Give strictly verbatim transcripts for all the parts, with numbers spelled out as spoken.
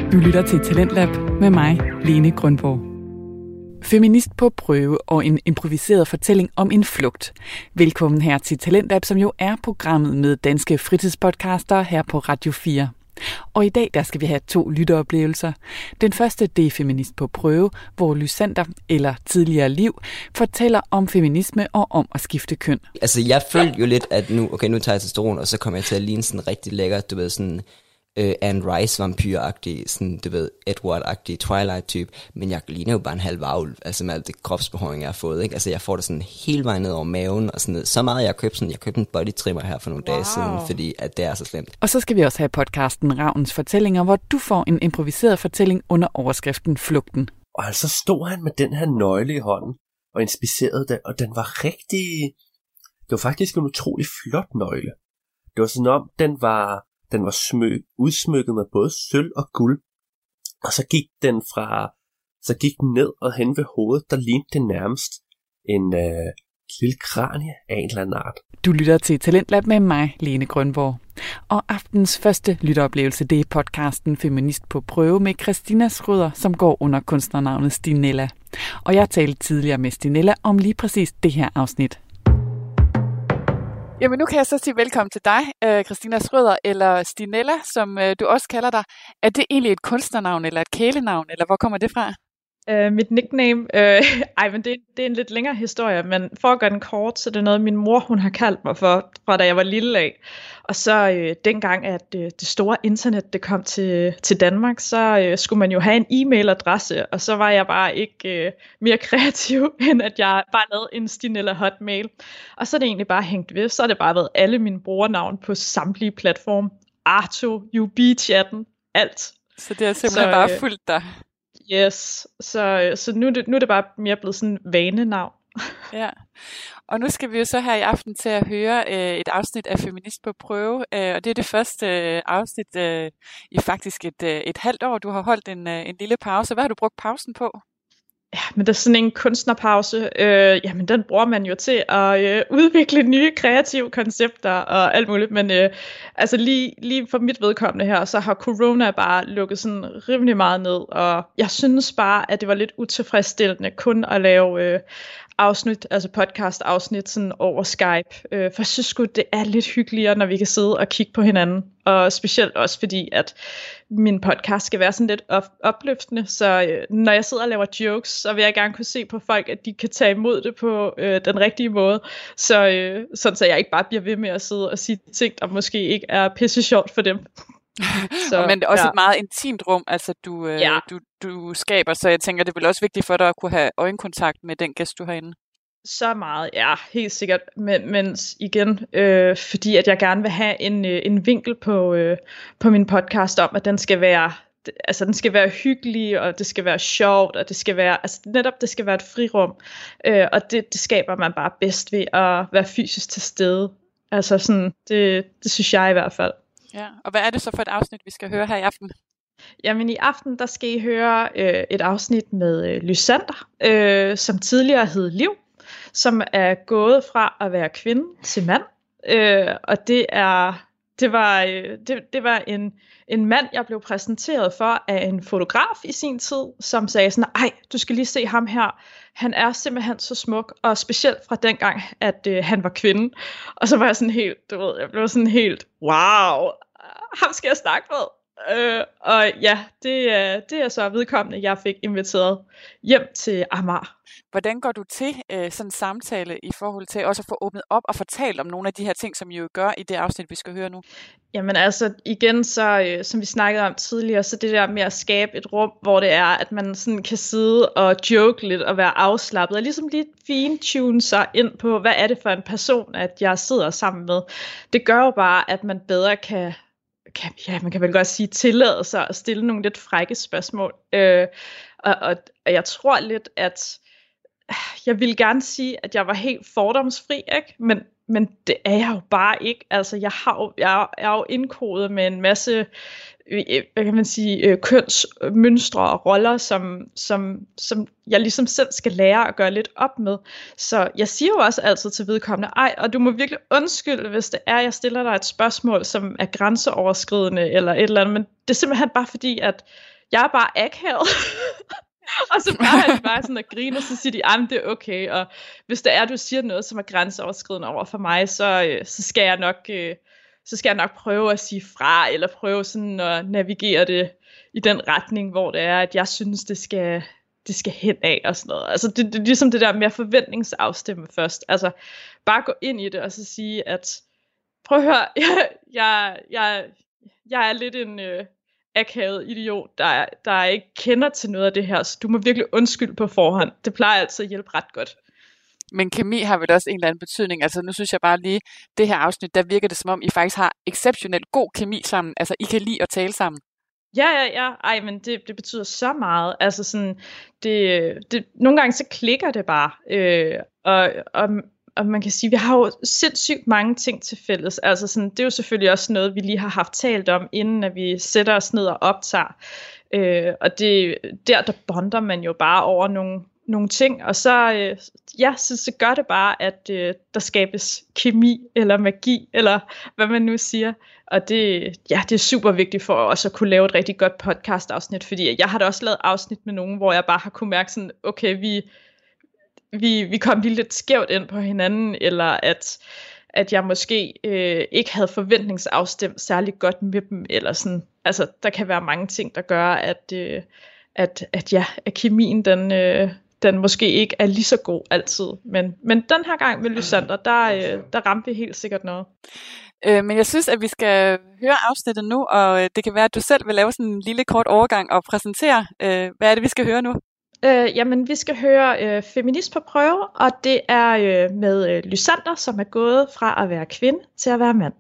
Du lytter til Talentlab med mig, Lene Grønborg. Feminist på prøve og en improviseret fortælling om en flugt. Velkommen her til Talentlab, som jo er programmet med danske fritidspodcaster her på Radio fire. Og i dag der skal vi have to lytteoplevelser. Den første, det er Feminist på prøve, hvor Lysander, eller tidligere Liv, fortæller om feminisme og om at skifte køn. Altså jeg følte jo lidt, at nu, okay, nu tager jeg testosteron, og så kommer jeg til at ligne sådan rigtig lækker, du ved, sådan uh, Anne Rice-vampyr-agtig, sådan, du ved, Edward-agtig Twilight-type, men jeg ligner jo bare en halv varulv, altså med alt det kropsbehåring, jeg har fået, ikke? Altså jeg får det sådan hele vejen ned over maven, og sådan noget. Så meget, jeg har købt sådan, jeg købte en bodytrimmer her for nogle wow. dage siden, fordi at det er så slemt. Og så skal vi også have podcasten Ravns Fortællinger, hvor du får en improviseret fortælling under overskriften Flugten. Og altså stod han med den her nøgle i hånden, og inspicerede den, og den var rigtig, det var faktisk en utrolig flot nøgle. Det var sådan om, den var, den var smø, udsmykket med både sølv og guld, og så gik den fra, så gik den ned og hen ved hovedet, der lignede det nærmest en øh, lille kranie af en eller anden art. Du lytter til Talentlab med mig, Lene Grønborg. Og aftens første lytteoplevelse, det er podcasten Feminist på prøve med Christina Schrøder, som går under kunstnernavnet Stinella. Og jeg talte tidligere med Stinella om lige præcis det her afsnit. Jamen nu kan jeg så sige velkommen til dig, Christina Schrøder, eller Stinella, som du også kalder dig. Er det egentlig et kunstnernavn eller et kælenavn, eller hvor kommer det fra? Uh, mit nickname, uh, ej, men det, det er en lidt længere historie, men for at gøre den kort, så det er noget, min mor hun har kaldt mig for, fra da jeg var lille af. Og så uh, dengang, at uh, det store internet det kom til, til Danmark, så uh, skulle man jo have en e-mailadresse, og så var jeg bare ikke uh, mere kreativ, end at jeg bare lavede en Stinella Hotmail. Og så er det egentlig bare hængt ved, så har det bare været alle mine brugernavn på samtlige platforme. Arto, U B-chatten, alt. Så det er simpelthen så, bare uh, fulgt dig? Yes, så, så nu, er det, nu er det bare mere blevet sådan en vanenavn. Ja, og nu skal vi jo så her i aften til at høre øh, et afsnit af Feminist på prøve, øh, og det er det første øh, afsnit øh, i faktisk et, øh, et halvt år. Du har holdt en, øh, en lille pause. Hvad har du brugt pausen på? Ja, men det er sådan en kunstnerpause. Øh, jamen, den bruger man jo til at øh, udvikle nye kreative koncepter og alt muligt. Men øh, altså lige, lige for mit vedkommende her, så har corona bare lukket sådan rimelig meget ned. Og jeg synes bare, at det var lidt utilfredsstillende kun at lave øh, afsnit, altså podcast-afsnit sådan over Skype. Øh, for jeg synes sgu, det er lidt hyggeligere, når vi kan sidde og kigge på hinanden. Og specielt også fordi, at min podcast skal være sådan lidt op- opløftende. Så øh, når jeg sidder og laver jokes, så vil jeg gerne kunne se på folk, at de kan tage imod det på øh, den rigtige måde. Så, øh, sådan så jeg ikke bare bliver ved med at sidde og sige ting, der måske ikke er pisse sjovt for dem. Så, men det er også ja. et meget intimt rum, altså du, øh, ja. du, du skaber, så jeg tænker, det er vel også vigtigt for dig at kunne have øjenkontakt med den gæst, du har inde. Så meget, ja, helt sikkert. Men, men igen, øh, fordi at jeg gerne vil have en, øh, en vinkel på, øh, på min podcast om, at den skal være, altså den skal være hyggelig, og det skal være sjovt, og det skal være, altså netop det skal være et frirum. Øh, og det, det skaber man bare bedst ved at være fysisk til stede. Altså sådan, det, det synes jeg i hvert fald. Ja, og hvad er det så for et afsnit, vi skal høre her i aften? Jamen i aften, der skal I høre øh, et afsnit med øh, Lysander, øh, som tidligere hed Liv, som er gået fra at være kvinde til mand. Øh, og det er det var øh, det, det var en en mand, jeg blev præsenteret for af en fotograf i sin tid, som sagde sådan, ej, du skal lige se ham her. Han er simpelthen så smuk, og specielt fra dengang, at øh, han var kvinde. Og så var jeg sådan helt, du ved, jeg blev sådan helt, wow, ham skal jeg snakke med. Øh, og ja, det er, det er så vedkommende, jeg fik inviteret hjem til Amager. Hvordan går du til øh, sådan en samtale i forhold til også at få åbnet op og fortalt om nogle af de her ting, som I jo gør i det afsnit, vi skal høre nu? Jamen altså igen, så øh, som vi snakkede om tidligere, så det der med at skabe et rum, hvor det er, at man sådan kan sidde og joke lidt og være afslappet, og ligesom lige fine-tune sig ind på, hvad er det for en person, at jeg sidder sammen med. Det gør jo bare, at man bedre kan Kan, ja, man kan vel godt sige, tillade sig at stille nogle lidt frække spørgsmål. Øh, og, og, og jeg tror lidt, at jeg ville gerne sige, at jeg var helt fordomsfri, ikke? Men, men det er jeg jo bare ikke. Altså, jeg, har jo, jeg, jeg er jo indkodet med en masse, hvad kan man sige, kønsmønstre og roller, som, som, som jeg ligesom selv skal lære at gøre lidt op med. Så jeg siger jo også altid til vedkommende, ej, og du må virkelig undskylde, hvis det er, jeg stiller dig et spørgsmål, som er grænseoverskridende eller et eller andet, men det er simpelthen bare fordi, at jeg er bare akavet. Og så bare han bare sådan at grine, og så siger de, at det er okay, og hvis der er, du siger noget, som er grænseoverskridende over for mig, så, øh, så skal jeg nok øh, så skal jeg nok prøve at sige fra, eller prøve sådan at navigere det i den retning, hvor det er, at jeg synes, det skal, det skal hen af, og sådan noget. Altså det, det er ligesom det der med at forventningsafstemme først. Altså bare gå ind i det, og så sige, at prøv at høre, jeg, jeg, jeg, jeg er lidt en øh, akavet idiot, der, der ikke kender til noget af det her, så du må virkelig undskylde på forhånd. Det plejer altid at hjælpe ret godt. Men kemi har vel også en eller anden betydning. Altså nu synes jeg bare lige, det her afsnit, der virker det som om, I faktisk har exceptionelt god kemi sammen. Altså I kan lide at tale sammen. Ja, ja, ja. Ej, men det, det betyder så meget. Altså sådan, det, det, nogle gange så klikker det bare. Øh, og, og, og man kan sige, vi har jo sindssygt mange ting til fælles. Altså sådan, det er jo selvfølgelig også noget, vi lige har haft talt om, inden at vi sætter os ned og optager. Øh, og det, der, der bonder man jo bare over nogle nogle ting, og så, øh, ja, så, så gør det bare, at øh, der skabes kemi, eller magi, eller hvad man nu siger, og det, ja, det er super vigtigt for os at kunne lave et rigtig godt podcast-afsnit, fordi jeg har da også lavet afsnit med nogen, hvor jeg bare har kunne mærke sådan, okay, vi, vi, vi kom lige lidt skævt ind på hinanden, eller at, at jeg måske øh, ikke havde forventningsafstemt særlig godt med dem, eller sådan, altså, der kan være mange ting, der gør, at, øh, at, at ja, at kemien, den, øh, den måske ikke er lige så god altid. Men, men den her gang med Lysander, der, øh, der ramte vi helt sikkert noget. Øh, men jeg synes, at vi skal høre afsnittet nu, og øh, det kan være, at du selv vil lave sådan en lille kort overgang og præsentere. Øh, hvad er det, vi skal høre nu? Øh, jamen, vi skal høre øh, Feminist på prøve, og det er øh, med øh, Lysander, som er gået fra at være kvinde til at være mand.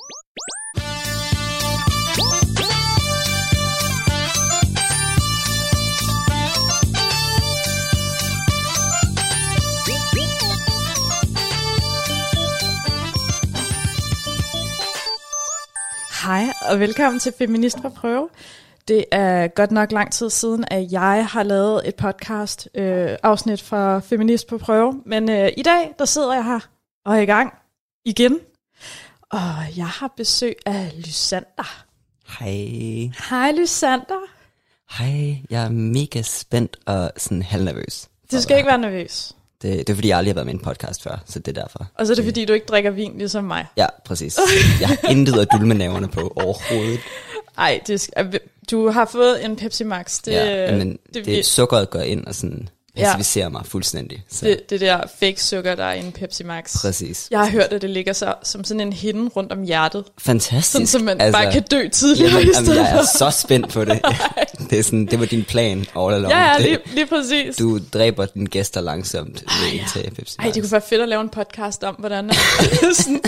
Hej, og velkommen til Feminist på prøve. Det er godt nok lang tid siden, at jeg har lavet et podcast øh, afsnit fra Feminist på prøve. Men øh, i dag, der sidder jeg her og er i gang igen. Og jeg har besøg af Lysander. Hej. Hej Lysander. Hej, jeg er mega spændt og sådan halvnervøs. Du skal ikke være nervøs. Det, det er fordi, jeg aldrig har været med i en podcast før, så det er derfor. Og så er det fordi, du ikke drikker vin ligesom mig. Ja, præcis. Jeg har intet at dulme næverne på overhovedet. Ej, det, du har fået en Pepsi Max. Det, ja, men det, det, det sukkeret går ind og sådan pacificerer ja. mig fuldstændig. Så. Det, det der fake sukker, der er i en Pepsi Max. Præcis. Jeg har præcis. hørt, at det ligger så, som sådan en hinde rundt om hjertet. Fantastisk. Sådan, så man altså, bare kan dø tidligere jamen, i stedet jamen, jeg er så spændt på det. det, er sådan, det var din plan all along. Ja, ja, det, lige, lige præcis. Du dræber dine gæster langsomt ved Ej, at tage Pepsi Max. Ej, det kunne være fedt at lave en podcast om, hvordan sådan,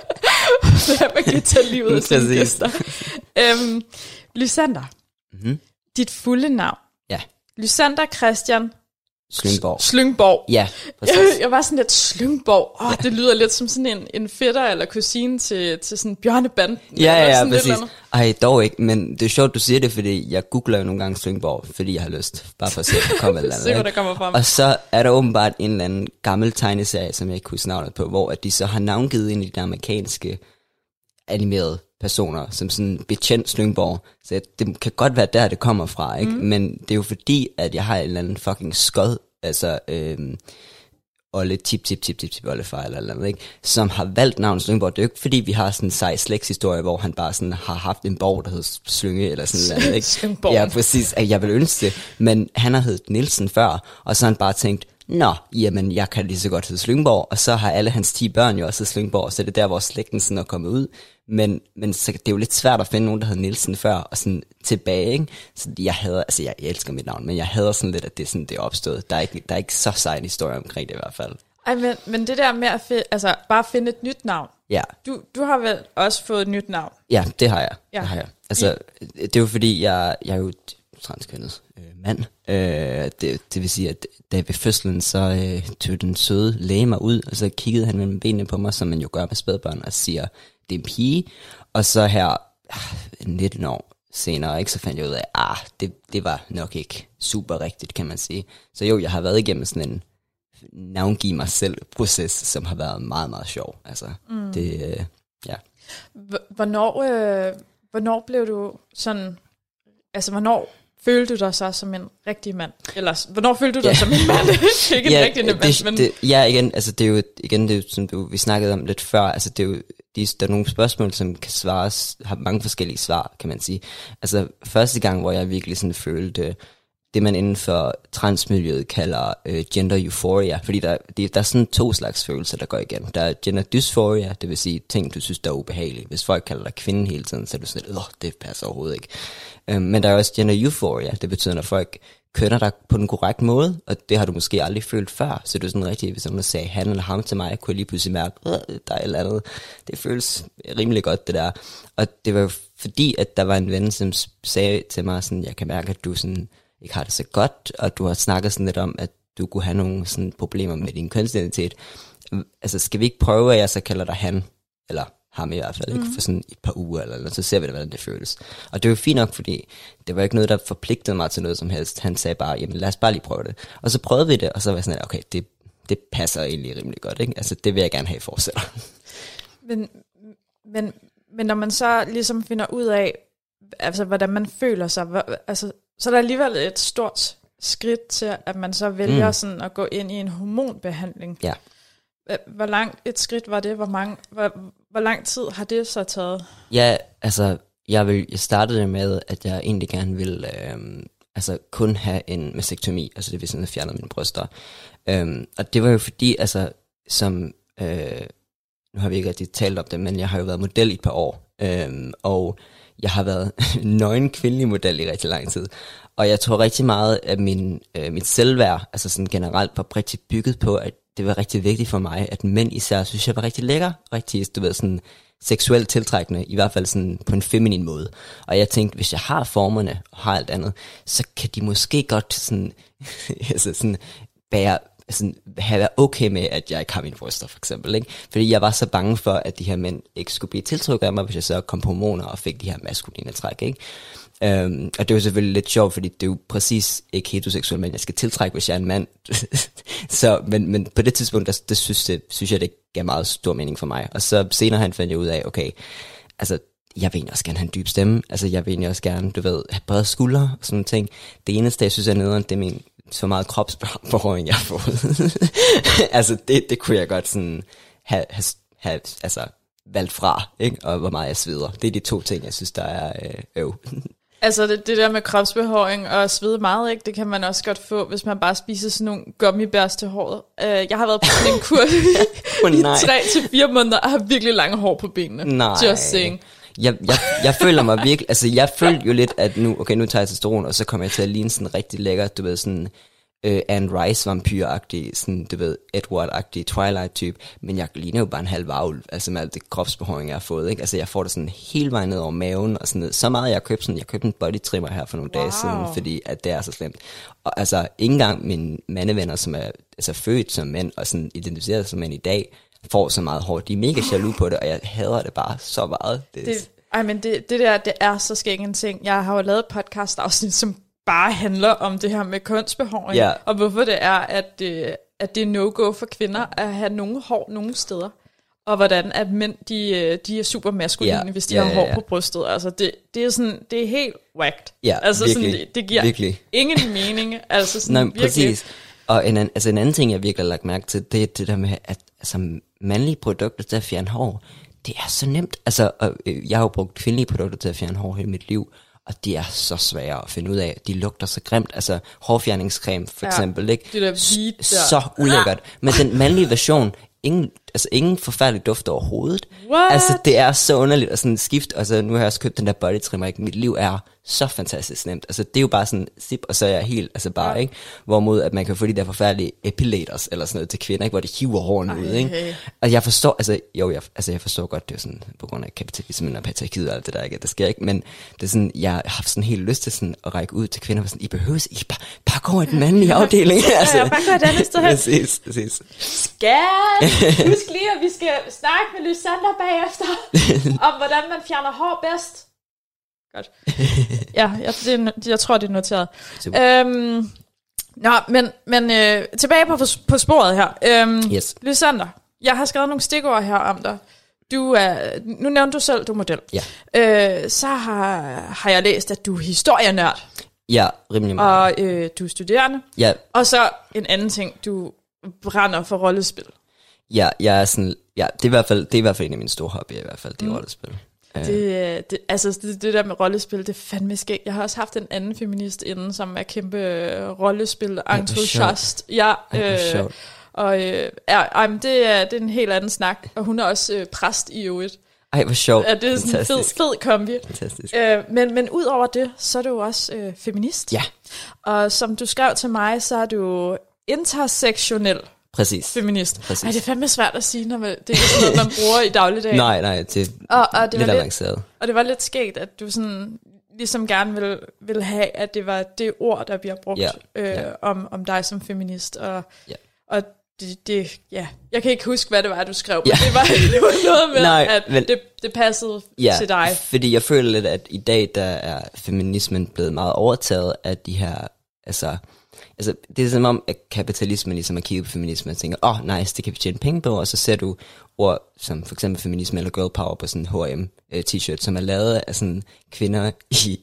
man kan tage livet af sine gæster. Øhm, Lysander, mm-hmm. dit fulde navn. Ja. Lysander Christian Slyngborg. Slyngborg. Ja, præcis. Jeg, jeg var sådan lidt Slyngborg. Åh, oh, ja. Det lyder lidt som sådan en, en fætter eller kusine til, til sådan Bjørnebanden. Ja, ja, ja, præcis. Ej, dog ikke, men det er sjovt, du siger det, fordi jeg googler jo nogle gange Slyngborg, fordi jeg har lyst. Bare for at se, der kommer et eller andet. Se, hvad der kommer frem. Og så er der åbenbart en eller anden gammel tegneserie, som jeg ikke husker navnet på, hvor at de så har navngivet en af de amerikanske animerede personer, som sådan betjent Slyngborg. Så det kan godt være der, det kommer fra, ikke? Mm. Men det er jo fordi, at jeg har en eller anden fucking skod, altså øhm, Olle tip tip tip tip tip oldefar eller eller andet, ikke? Som har valgt navnet Slyngborg. Det er jo ikke fordi, vi har sådan en sej slægtshistorie, hvor han bare sådan har haft en borg, der hedder Slynge eller sådan noget, ikke? Slyngborg. Ja, præcis. At jeg vil ønske det. Men han har heddet Nielsen før, og så har han bare tænkt, nå, jamen, jeg kan lige så godt hedde Slyngborg, og så har alle hans ti børn jo også heddet Slyngborg, så det er der, hvor slægten sådan er kommet ud. Men, men så, det er jo lidt svært at finde nogen, der hedder Nielsen før, og sådan tilbage, ikke? Så jeg hader, altså jeg, jeg elsker mit navn, men jeg hader sådan lidt, at det er sådan, det er opstået. Der er ikke, der er ikke så sej en historie omkring det i hvert fald. Ej, men, men det der med at fi- altså, bare finde et nyt navn. Ja. Du, du har vel også fået et nyt navn? Ja, det har jeg. Ja. Det har jeg. Altså, det er jo fordi, jeg, jeg er jo transkønnet øh, mand. Øh, det, det vil sige, at da ved fødslen, så øh, tog den søde læge mig ud, og så kiggede han med benene på mig, som man jo gør med spædbørn, og siger, det er en pige. Og så her nitten år senere, ikke, så fandt jeg ud af, ah, det, det var nok ikke super rigtigt, kan man sige. Så jo, jeg har været igennem sådan en navngive mig selv proces, som har været meget, meget sjov. Altså, mm. det, øh, ja. Hvornår, øh, hvornår blev du sådan, altså hvornår følte du dig så som en rigtig mand? Eller hvornår følte du dig ja. som en mand? Ikke ja, en rigtig mand, det, men... Det, ja, igen, altså det er jo, igen, det er jo, som du, vi snakkede om lidt før, altså det er jo, de, der er nogle spørgsmål, som kan svares, har mange forskellige svar, kan man sige. Altså første gang, hvor jeg virkelig sådan følte det, man inden for transmiljøet kalder øh, gender euphoria, fordi der, det, der er sådan to slags følelser, der går igen. Der er gender dysphoria, det vil sige ting, du synes, der er ubehagelige. Hvis folk kalder dig kvinde hele tiden, så er du sådan lidt, åh, det passer overhovedet ikke. Um, men der er også gender euphoria, det betyder, når folk kønner dig på den korrekte måde, og det har du måske aldrig følt før, så du er sådan rigtig, hvis nogen sagde han eller ham til mig, kunne jeg lige pludselig mærke, der er et eller andet. Det føles rimelig godt, det der. Og det var jo fordi, at der var en ven, som sagde til mig sådan, jeg kan mærke, at du sådan ikke har det så godt, og du har snakket sådan lidt om, at du kunne have nogle sådan problemer med din kønsidentitet. Altså, skal vi ikke prøve, at jeg så kalder dig han, eller ham i hvert fald, ikke? For sådan et par uger, eller noget, så ser vi det, hvordan det føles. Og det var jo fint nok, fordi det var ikke noget, der forpligtede mig til noget som helst. Han sagde bare, jamen lad os bare lige prøve det. Og så prøvede vi det, og så var jeg sådan, okay, det, det passer egentlig rimelig godt, ikke? Altså, det vil jeg gerne have fortsat. Men, men, men når man så ligesom finder ud af, altså hvordan man føler sig, altså, så er der alligevel et stort skridt til, at man så vælger mm. sådan at gå ind i en hormonbehandling. Ja. Hvor langt et skridt var det? Hvor, mange, hvor, hvor lang tid har det så taget? Ja, altså, jeg, vil, jeg startede med, at jeg egentlig gerne ville øhm, altså, kun have en mastektomi, altså det vil sige, at jeg fjernede mine bryster. Øhm, og det var jo fordi, altså, som, øh, nu har vi ikke rigtig talt om det, men jeg har jo været model i et par år, øhm, og jeg har været nøgen kvindelig model i rigtig lang tid. Og jeg tror rigtig meget, at min, øh, mit selvværd, altså sådan generelt, var rigtig bygget på, at det var rigtig vigtigt for mig, at mænd især synes jeg var rigtig lækker, rigtig, du ved, sådan seksuelt tiltrækkende, i hvert fald sådan på en feminin måde. Og jeg tænkte, hvis jeg har formerne og har alt andet, så kan de måske godt sådan, altså sådan bære, sådan, have været okay med, at jeg ikke har mine bryster, for eksempel, ikke? Fordi jeg var så bange for, at de her mænd ikke skulle blive tiltrukket af mig, hvis jeg så kom på hormoner og fik de her maskuline træk, ikke? Um, og det er jo selvfølgelig lidt sjovt, fordi det er jo præcis ikke heteroseksuelt, men jeg skal tiltrække, hvis jeg er en mand. så, men, men på det tidspunkt, der, det synes, det, synes jeg, det gav meget stor mening for mig. Og så senere han fandt jeg ud af, okay, altså, jeg vil egentlig også gerne have en dyb stemme. Altså, jeg vil egentlig også gerne, du ved, have brede skuldre og sådan nogle ting. Det eneste, jeg synes er nederen, det er min så meget kropsbehåring, jeg har fået. altså, det, det kunne jeg godt sådan have, have, have altså, valgt fra, ikke? Og hvor meget jeg sveder. Det er de to ting, jeg synes, der er øh, øv. Altså det, det der med kropsbehåring og svede meget, ikke? Det kan man også godt få, hvis man bare spiser sådan nogle gummibærs til håret. Uh, jeg har været på sådan en kur oh, i tre til fire måneder og har virkelig lange hår på benene. Nej. Just saying. Jeg, jeg, jeg føler mig virkelig, altså jeg følte jo lidt, at nu, okay, nu tager jeg testosteron, og så kommer jeg til at ligne sådan rigtig lækker, du ved, sådan uh, Anne Rice vampyr-agtig, sådan, du ved, Edward-agtig Twilight-type, men jeg ligner jo bare en halv varulv, altså med alt det kropsbehåring, jeg har fået, ikke? Altså jeg får det sådan hele vejen ned over maven, og sådan noget. Så meget, jeg har købt sådan, jeg købte en body trimmer her for nogle wow. dage siden, fordi at det er så slemt. Og altså, ikke engang mine mandevenner, som er altså, født som mænd, og sådan identificeret som mænd i dag, får så meget hår. De er mega jaloux på det, og jeg hader det bare så meget. Det, det, ej, men det, det der, det er så skæg en ting. Jeg har jo lavet et podcast-afsnit, som bare handler om det her med kønsbehåring, yeah. og hvorfor det er, at det, at det er no-go for kvinder at have nogen hår nogen steder, og hvordan at mænd, de, de er super maskuline, yeah. hvis de yeah, har hår yeah, yeah. på brystet. Altså det, det er sådan, det er helt whacked. Ja, altså virkelig, sådan, det, det giver virkelig. ingen mening. Altså sådan, nej, virkelig. Præcis. Og en, altså en anden ting, jeg virkelig har lagt mærke til, det er det der med, at altså, mandlige produkter til at fjerne hår, det er så nemt. Altså, og, øh, jeg har jo brugt kvindelige produkter til at fjerne hår hele mit liv, og de er så svære at finde ud af. De lugter så grimt. Altså hårfjerningscreme for ja, eksempel, ikke? Det der hvide der. Så ulækkert. Men den mandlige version, ingen, altså ingen forfærdelig duft overhovedet. What? Altså det er så underligt at sådan skift. Altså nu har jeg også købt den der body trimmer, ikke? Mit liv er så fantastisk nemt. Altså det er jo bare sådan zip, og så er jeg helt, altså bare, ja. Ikke? Hvorimod at man kan få de der forfærdelige epilators, eller sådan noget til kvinder, ikke? Hvor de hiver hårene ud, ikke? Og jeg forstår, altså jo, jeg, altså jeg forstår godt, det er sådan, på grund af kapitalismen og patriarkiet og alt det der, ikke? Det sker ikke, men det er sådan, jeg har haft sådan helt lyst til sådan at række ud til kvinder, og sådan, I behøver, I bare, bare gå i den mandlige afdeling. Altså, ja, bare gå et andet sted hen. Præcis, præcis. Skat! Husk lige, at vi skal snakke med Lysander bagefter, om hvordan man fjerner hår bedst. Godt. Ja, jeg, det, jeg tror, det er noteret. Øhm, nå, men, men øh, tilbage på, på sporet her. Øhm, yes. Lysander, jeg har skrevet nogle stikord her om dig. Du er, nu nævnte du selv, du er model. Ja. Øh, så har, har jeg læst, at du er historienørd. Ja, rimelig meget. Og øh, du er studerende. Ja. Og så en anden ting, du brænder for rollespil. Ja, jeg er sådan, ja, det er i hvert fald, det er i hvert fald en af mine store hobbyer i hvert fald, det er mm. rollespil. Det, det, altså det, det der med rollespil, det er fandme skægt. Jeg har også haft en anden feminist inden, som er kæmpe øh, rollespil-entusiast. Ja, øh, og øh, ja, ej, men det, er, det er en helt anden snak, og hun er også øh, præst i øvrigt. Ej, hvor sjovt. Ja, det er sådan en fed, fed kombi. Fantastisk. Øh, men, men ud over det, så er du også øh, feminist. Ja. Og som du skrev til mig, så er du intersektionel. Præcis. Feminist. Præcis. Ej, det er fandme svært at sige, når man, det er sådan noget, man bruger i dagligdagen. Nej, nej, det er og, og det lidt var avanceret. Lidt, og det var lidt skægt, at du sådan ligesom gerne ville, ville have, at det var det ord, der bliver brugt ja. Øh, ja. om, om dig som feminist. Og, ja. og det, det, ja, jeg kan ikke huske, hvad det var, du skrev, men ja. det, var, det var noget med, nej, at men, det, det passede ja, til dig. Fordi jeg føler lidt, at i dag, der er feminismen blevet meget overtaget af de her, altså... Altså, det er som om, at kapitalismen ligesom har kigget på feminisme og tænker, åh, oh, nice, det kan vi tjene penge på, og så ser du ord som for eksempel feminisme eller girl power på sådan en H og M t-shirt, som er lavet af sådan kvinder i,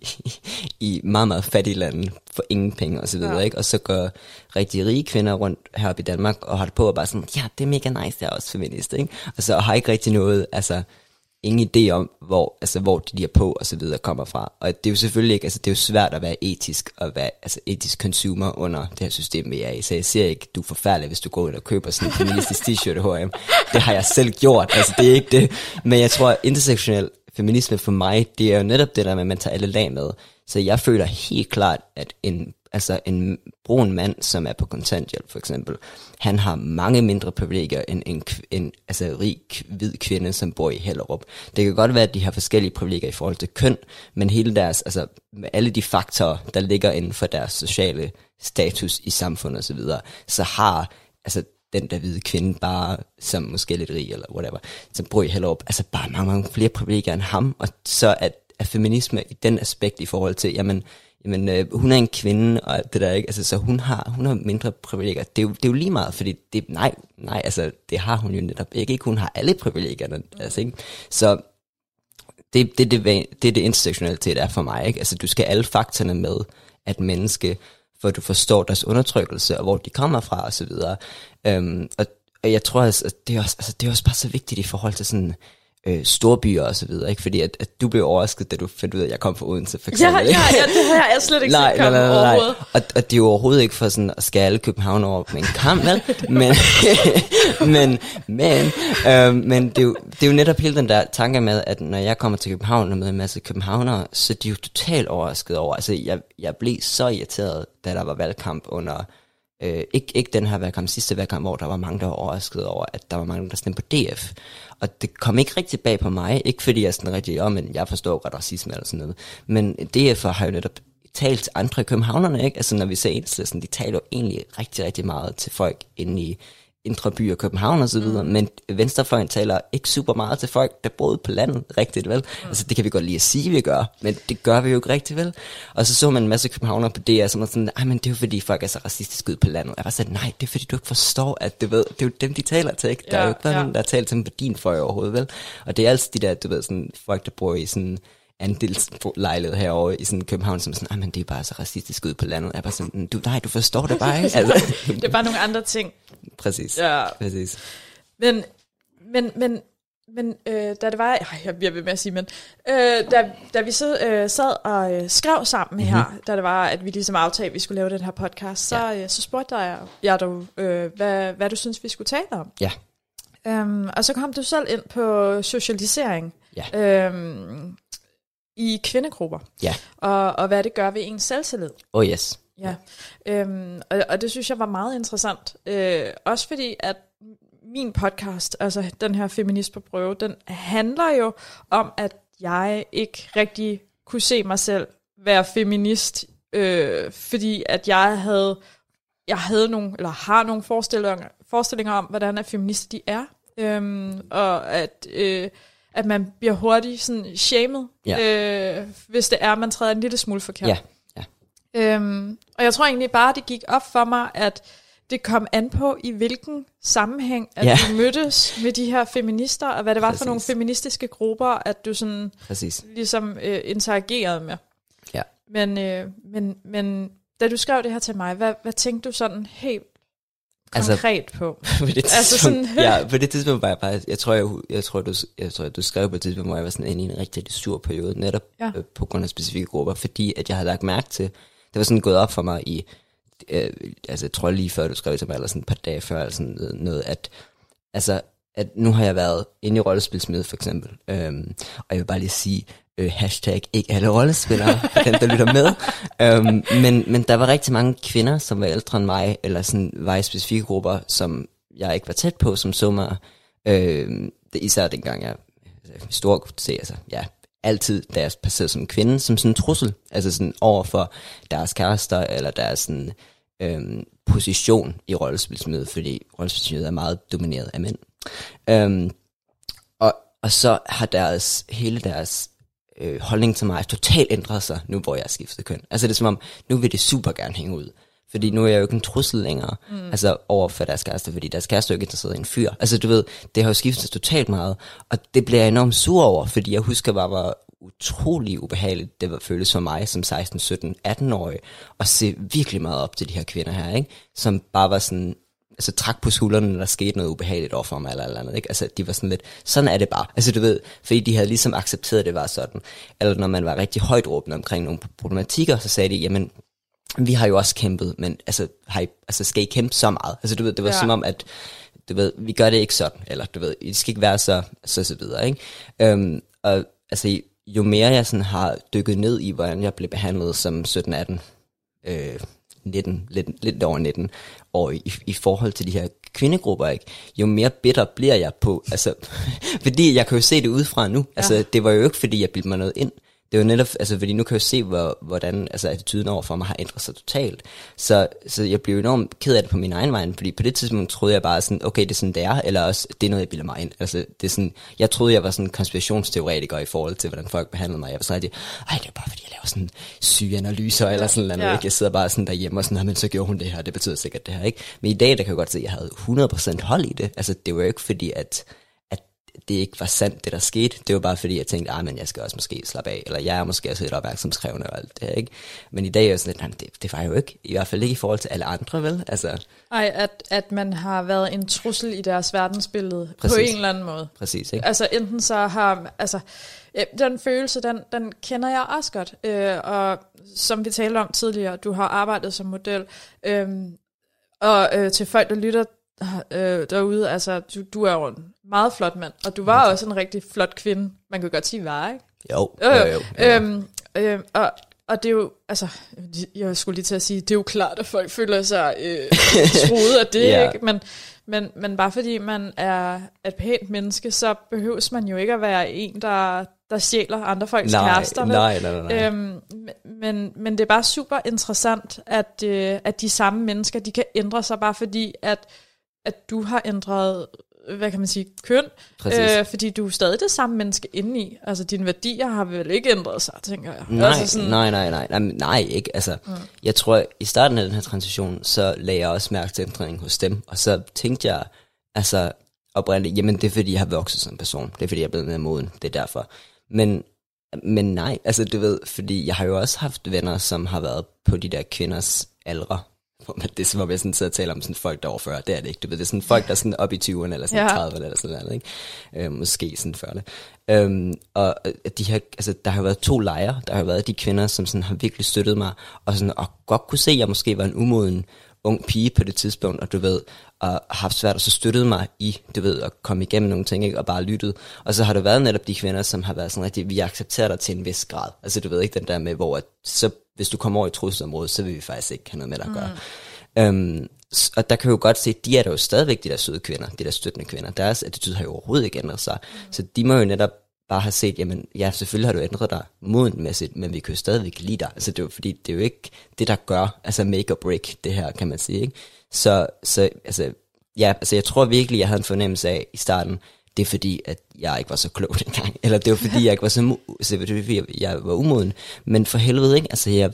i meget, meget fattige lande for ingen penge og så videre, ja. Ikke? Og så går rigtig rige kvinder rundt heroppe i Danmark og har det på og bare sådan, ja, det er mega nice, jeg er også feminist, ikke? Og så har ikke rigtig noget, altså... ingen idé om, hvor, altså, hvor de der på og så videre kommer fra. Og det er jo selvfølgelig ikke, altså det er jo svært at være etisk, og være altså, etisk consumer under det her system, vi er i. Så jeg siger ikke, du er forfærdelig, hvis du går ind og køber sådan en feministisk t-shirt i H og M. Det har jeg selv gjort, altså det er ikke det. Men jeg tror, intersektionel feminisme for mig, det er jo netop det der med, at man tager alle lag med. Så jeg føler helt klart, at en altså en brun mand, som er på kontanthjælp for eksempel, han har mange mindre privilegier end en, en altså, rig, hvid kvinde, som bor i Hellerup. Det kan godt være, at de har forskellige privilegier i forhold til køn, men hele deres, altså med alle de faktorer, der ligger inden for deres sociale status i samfundet osv., så, videre, så har altså den der hvide kvinde bare, som måske er lidt rig eller whatever, som bor i Hellerup, altså bare mange, mange flere privilegier end ham, og så er, er feminisme i den aspekt i forhold til, jamen, Jamen, øh, hun er en kvinde, og det der ikke, altså, så hun har, hun har mindre privilegier. Det er, jo, det er jo lige meget, fordi det, nej, nej, altså, det har hun jo netop ikke, ikke? Hun har alle privilegierne, altså, ikke? Så det, det, det, det, det, det intersektionalitet er for mig, ikke? Altså, du skal alle faktorerne med, at menneske, for du forstår deres undertrykkelse, og hvor de kommer fra, og så videre. Øhm, og, og jeg tror, altså, det er også, altså, det er også bare så vigtigt i forhold til sådan... Øh, storbyer og så videre, ikke? Fordi at, at du blev overrasket, da du fandt ud af, at jeg kom fra Odense, for eksempel. Ja, ja, ja, det har jeg slet ikke nej, set komme nej, nej, nej. overhovedet. Og, og det er jo overhovedet ikke for sådan at skære alle København over med en kam, vel? Men, men, men, øh, men det, er jo, det er jo netop hele den der tanke med, at når jeg kommer til København og med en masse københavnere, så er de jo totalt overrasket over. Altså, jeg, jeg blev så irriteret, da der var valgkamp under, øh, ikke, ikke den her valgkamp, sidste valgkamp, hvor der var mange, der var overrasket over, at der var mange, der stemte på D F. Og det kom ikke rigtig bag på mig, ikke fordi jeg er sådan rigtig, oh, men jeg forstår godt racisme eller sådan noget, men D F har jo netop talt til andre københavnerne, ikke? Altså når vi ser Enhedslisten, de taler jo egentlig rigtig, rigtig meget til folk inde i indre byer, København og så videre, mm. men venstrefløjen taler ikke super meget til folk, der boede på landet rigtigt, vel? Mm. Altså det kan vi godt lige at sige, vi gør, men det gør vi jo ikke rigtigt, vel? Og så så man en masse københavner på D R, som var sådan, ej, men det er jo fordi folk er så racistisk ud på landet. Jeg var sådan, nej, det er fordi du ikke forstår, at du ved, det er jo dem, de taler til, ikke? Der ja, er jo ikke nogen, ja. der har talt til dem på din fløj overhovedet, vel? Og det er altså de der, du ved, sådan folk, der bor i sådan andelslejlighed herovre i sådan København, som sådan, men det er bare så racistisk ud på landet. Jeg er bare sådan, du, nej, du forstår det bare ikke. Altså. Det er bare nogle andre ting. Præcis, ja. præcis. Men, men, men, men øh, da det var, øh, jeg bliver ved med at sige, men, øh, da, da vi så øh, sad og øh, skrev sammen mm-hmm. her, da det var, at vi ligesom aftalte, at vi skulle lave den her podcast, så, ja. øh, så spurgte jeg, jeg du, øh, hvad, hvad du synes, vi skulle tale om. Ja. Øhm, og så kom du selv ind på socialisering. Ja. Øhm, i kvindegrupper, ja. og, og hvad det gør ved ens selvtillid. Oh yes. Ja, øhm, og, og det synes jeg var meget interessant. Øh, også fordi, at min podcast, altså den her Feminist på prøve, den handler jo om, at jeg ikke rigtig kunne se mig selv være feminist, øh, fordi at jeg havde, jeg havde nogle, eller har nogle forestillinger, forestillinger om, hvordan at feminister de er, øhm, og at... Øh, at man bliver hurtigt sådan shamed, ja. øh, hvis det er, at man træder en lille smule forkert. Ja. Ja. Øhm, og jeg tror egentlig bare, det gik op for mig, at det kom an på, i hvilken sammenhæng, at ja. du mødtes med de her feminister, og hvad det var Præcis. for nogle feministiske grupper, at du sådan Præcis. ligesom øh, interagerede med. Ja. Men, øh, men, men da du skrev det her til mig, hvad, hvad tænkte du sådan helt konkret altså, på? på det altså sådan ja, på det tidspunkt var jeg bare, jeg tror, jeg, jeg tror, du, jeg tror, du skrev på et tidspunkt, hvor jeg var sådan inde i en rigtig sur periode, netop ja. øh, på grund af specifikke grupper, fordi at jeg havde lagt mærke til, det var sådan gået op for mig i, øh, altså jeg tror lige før du skrev til mig, eller sådan et par dage før, eller sådan noget, at, altså, at nu har jeg været inde i rollespilsmøde for eksempel, øhm, og jeg vil bare lige sige, øh, hashtag ikke alle rollespillere, den der lytter med, øhm, men, men der var rigtig mange kvinder, som var ældre end mig, eller sådan var i specifikke grupper, som jeg ikke var tæt på, som så mig, øh, det, især dengang jeg stor kunne se, altså ja, altid deres passeret som kvinde, som sådan en trussel, altså sådan over for deres kærester, eller deres sådan, øhm, position i rollespilsmødet, fordi rollespilsmødet er meget domineret af mænd. Øhm, og, og så har deres, hele deres øh, holdning til mig totalt ændret sig, nu hvor jeg har skiftet køn. Altså det er som om, nu vil det super gerne hænge ud. Fordi nu er jeg jo ikke en trussel længere, mm. altså over for deres kæreste, fordi deres kæreste er jo ikke interesseret i en fyr. Altså du ved, det har jo skiftet totalt meget, og det bliver jeg enormt sur over, fordi jeg husker bare, hvor utrolig ubehageligt det var føles for mig som seksten, sytten, atten-årig, at se virkelig meget op til de her kvinder her, ikke? Som bare var sådan, altså trak på skuldrene, når der skete noget ubehageligt overfor mig, eller eller andet, ikke? Altså de var sådan lidt, sådan er det bare, altså du ved, fordi de havde ligesom accepteret, at det var sådan. Eller når man var rigtig højt råbende omkring nogle problematikker, så sagde de, jamen, vi har jo også kæmpet, men altså, har I, altså skal I kæmpe så meget? Altså du ved, det var ja. som om, at du ved, vi gør det ikke sådan, eller du ved, det skal ikke være så, så, så videre, ikke? Øhm, og altså, jo mere jeg sådan har dykket ned i, hvordan jeg blev behandlet som sytten, atten, øh, nitten, lidt, lidt over nitten, og i, i forhold til de her kvindegrupper, ikke? Jo mere bitter bliver jeg på, altså, fordi jeg kan jo se det udefra nu, ja. Altså, det var jo ikke, fordi jeg bildte mig noget ind. Det er jo netop, altså fordi nu kan jeg jo se, hvor, hvordan altså, attituden overfor mig har ændret sig totalt. Så, så jeg blev enormt ked af det på min egen vej, fordi på det tidspunkt troede jeg bare sådan, okay, det er sådan, det er, eller også, det er noget, jeg bilder mig ind. Altså, det er sådan, jeg troede, jeg var sådan en konspirationsteoretiker i forhold til, hvordan folk behandlede mig. Jeg var sådan rigtig, ej, det er bare fordi, jeg laver sådan syge analyser, eller sådan noget, ja. Ikke? Jeg sidder bare sådan derhjemme og sådan, men så gjorde hun det her, det betyder sikkert det her, ikke? Men i dag, der kan jeg godt se, at jeg havde hundrede procent hold i det. Altså, det var jo ikke fordi, at det ikke var sandt, det der skete. Det var bare fordi, jeg tænkte, ah, men jeg skal også måske slappe af, eller jeg er måske også lidt opmærksomhedskrævende og alt det her, ikke? Men i dag er jeg sådan lidt, det, det var jo ikke, i hvert fald ikke i forhold til alle andre, vel? Altså. Ej, at, at man har været en trussel i deres verdensbillede. Præcis. På en eller anden måde. Præcis, ikke? Altså enten så har, altså, den følelse, den, den kender jeg også godt, øh, og som vi talte om tidligere, du har arbejdet som model, øh, og øh, til folk, der lytter øh, derude, altså, du, du er jo en meget flot mand, og du var også en rigtig flot kvinde. Man kan godt sige, var, ikke? Jo, jo, jo. jo, jo. Øhm, øh, og, og det er jo, altså, jeg skulle lige til at sige, det er jo klart, at folk føler sig øh, troet af det, yeah. ikke? Men, men, men bare fordi man er et pænt menneske, så behøves man jo ikke at være en, der, der stjæler andre folks nej, kærester. Nej, nej, nej, nej. Øhm, men, men det er bare super interessant, at, øh, at de samme mennesker, de kan ændre sig, bare fordi, at, at du har ændret, hvad kan man sige, køn, øh, fordi du er stadig det samme menneske indeni. Altså, dine værdier har vel ikke ændret sig, tænker jeg. Nej, altså sådan, nej, nej, nej, nej, nej, ikke. Altså, mm. jeg tror, i starten af den her transition, så lagde jeg også mærke til ændringen hos dem, og så tænkte jeg, altså, oprindeligt, jamen, det er fordi, jeg har vokset som person. Det er fordi, jeg er blevet mere moden. Det er derfor. Men, men nej, altså, du ved, fordi jeg har jo også haft venner, som har været på de der kvinders aldre. Det er som om jeg sådan sidder og taler om sådan folk, der er over fyrre. Det er det ikke, du ved. Det er sådan folk, der er sådan op i tyverne, eller sådan ja. trediverne, eller sådan noget, ikke? Øh, måske sådan fyrre. Øhm, og de her, altså, der har været to lejre. Der har været de kvinder, som sådan har virkelig støttet mig, og, sådan, og godt kunne se, at jeg måske var en umoden ung pige på det tidspunkt, og du ved, og haft svært, og så støttede mig i, du ved, at komme igennem nogle ting, ikke? Og bare lyttet. Og så har det været netop de kvinder, som har været sådan rigtig, vi accepterer dig til en vis grad. Altså du ved ikke den der med, hvor at, så, hvis du kommer over i trusselsområdet, så vil vi faktisk ikke have noget med dig at gøre. Mm. Øhm, og der kan vi jo godt se, at de er der jo stadigvæk de der søde kvinder, de der støttende kvinder. Deres attitude har jo overhovedet ikke ændret sig. Mm. Så de må jo netop bare have set, jamen ja, selvfølgelig har du ændret dig modenmæssigt, men vi kan jo stadigvæk lide dig. Altså det er jo, fordi det er jo ikke det, der gør, altså make or break det her, kan man sige, ikke? Så, så altså, ja, altså jeg tror virkelig, jeg havde en fornemmelse af i starten, det er fordi, at jeg ikke var så klog dengang, eller det var fordi, jeg ikke var så, så det var, fordi jeg var umoden, men for helvede, ikke? Altså jeg var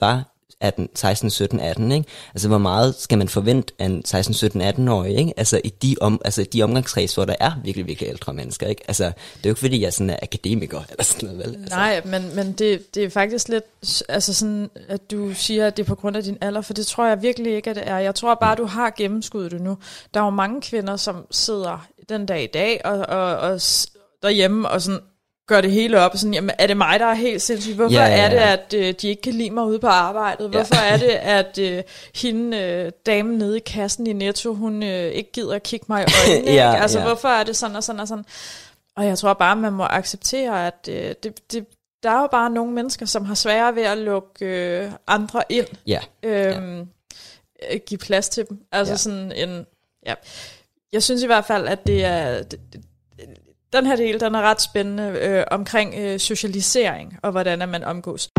atten, seksten, sytten, atten, ikke? Altså, hvor meget skal man forvente af en seksten, sytten, atten-årig, ikke? Altså, i de, om, altså, de omgangskreds, hvor der er virkelig, virkelig ældre mennesker, ikke? Altså, det er jo ikke, fordi jeg sådan er akademiker, eller sådan noget, vel? Altså. Nej, men, men det, det er faktisk lidt, altså sådan, at du siger, at det er på grund af din alder, for det tror jeg virkelig ikke, at det er. Jeg tror bare, at du har gennemskuddet det nu. Der er jo mange kvinder, som sidder den dag i dag, og, og, og derhjemme, og sådan, gør det hele op, og sådan, jamen, er det mig, der er helt sindssygt? Hvorfor ja, ja, ja. er det, at øh, de ikke kan lide mig ude på arbejdet? Hvorfor ja. er det, at øh, hende, øh, damen nede i kassen i Netto, hun øh, ikke gider at kigge mig i øjnene? ja, ikke? Altså, ja. hvorfor er det sådan og sådan og sådan? Og jeg tror bare, man må acceptere, at øh, det, det, der er jo bare nogle mennesker, som har sværere ved at lukke øh, andre ind. Ja. Øhm, ja. Give plads til dem. Altså ja. sådan en... Ja. Jeg synes i hvert fald, at det er... Det, det, den her del, den er ret spændende øh, omkring øh, socialisering, og hvordan er man omgås.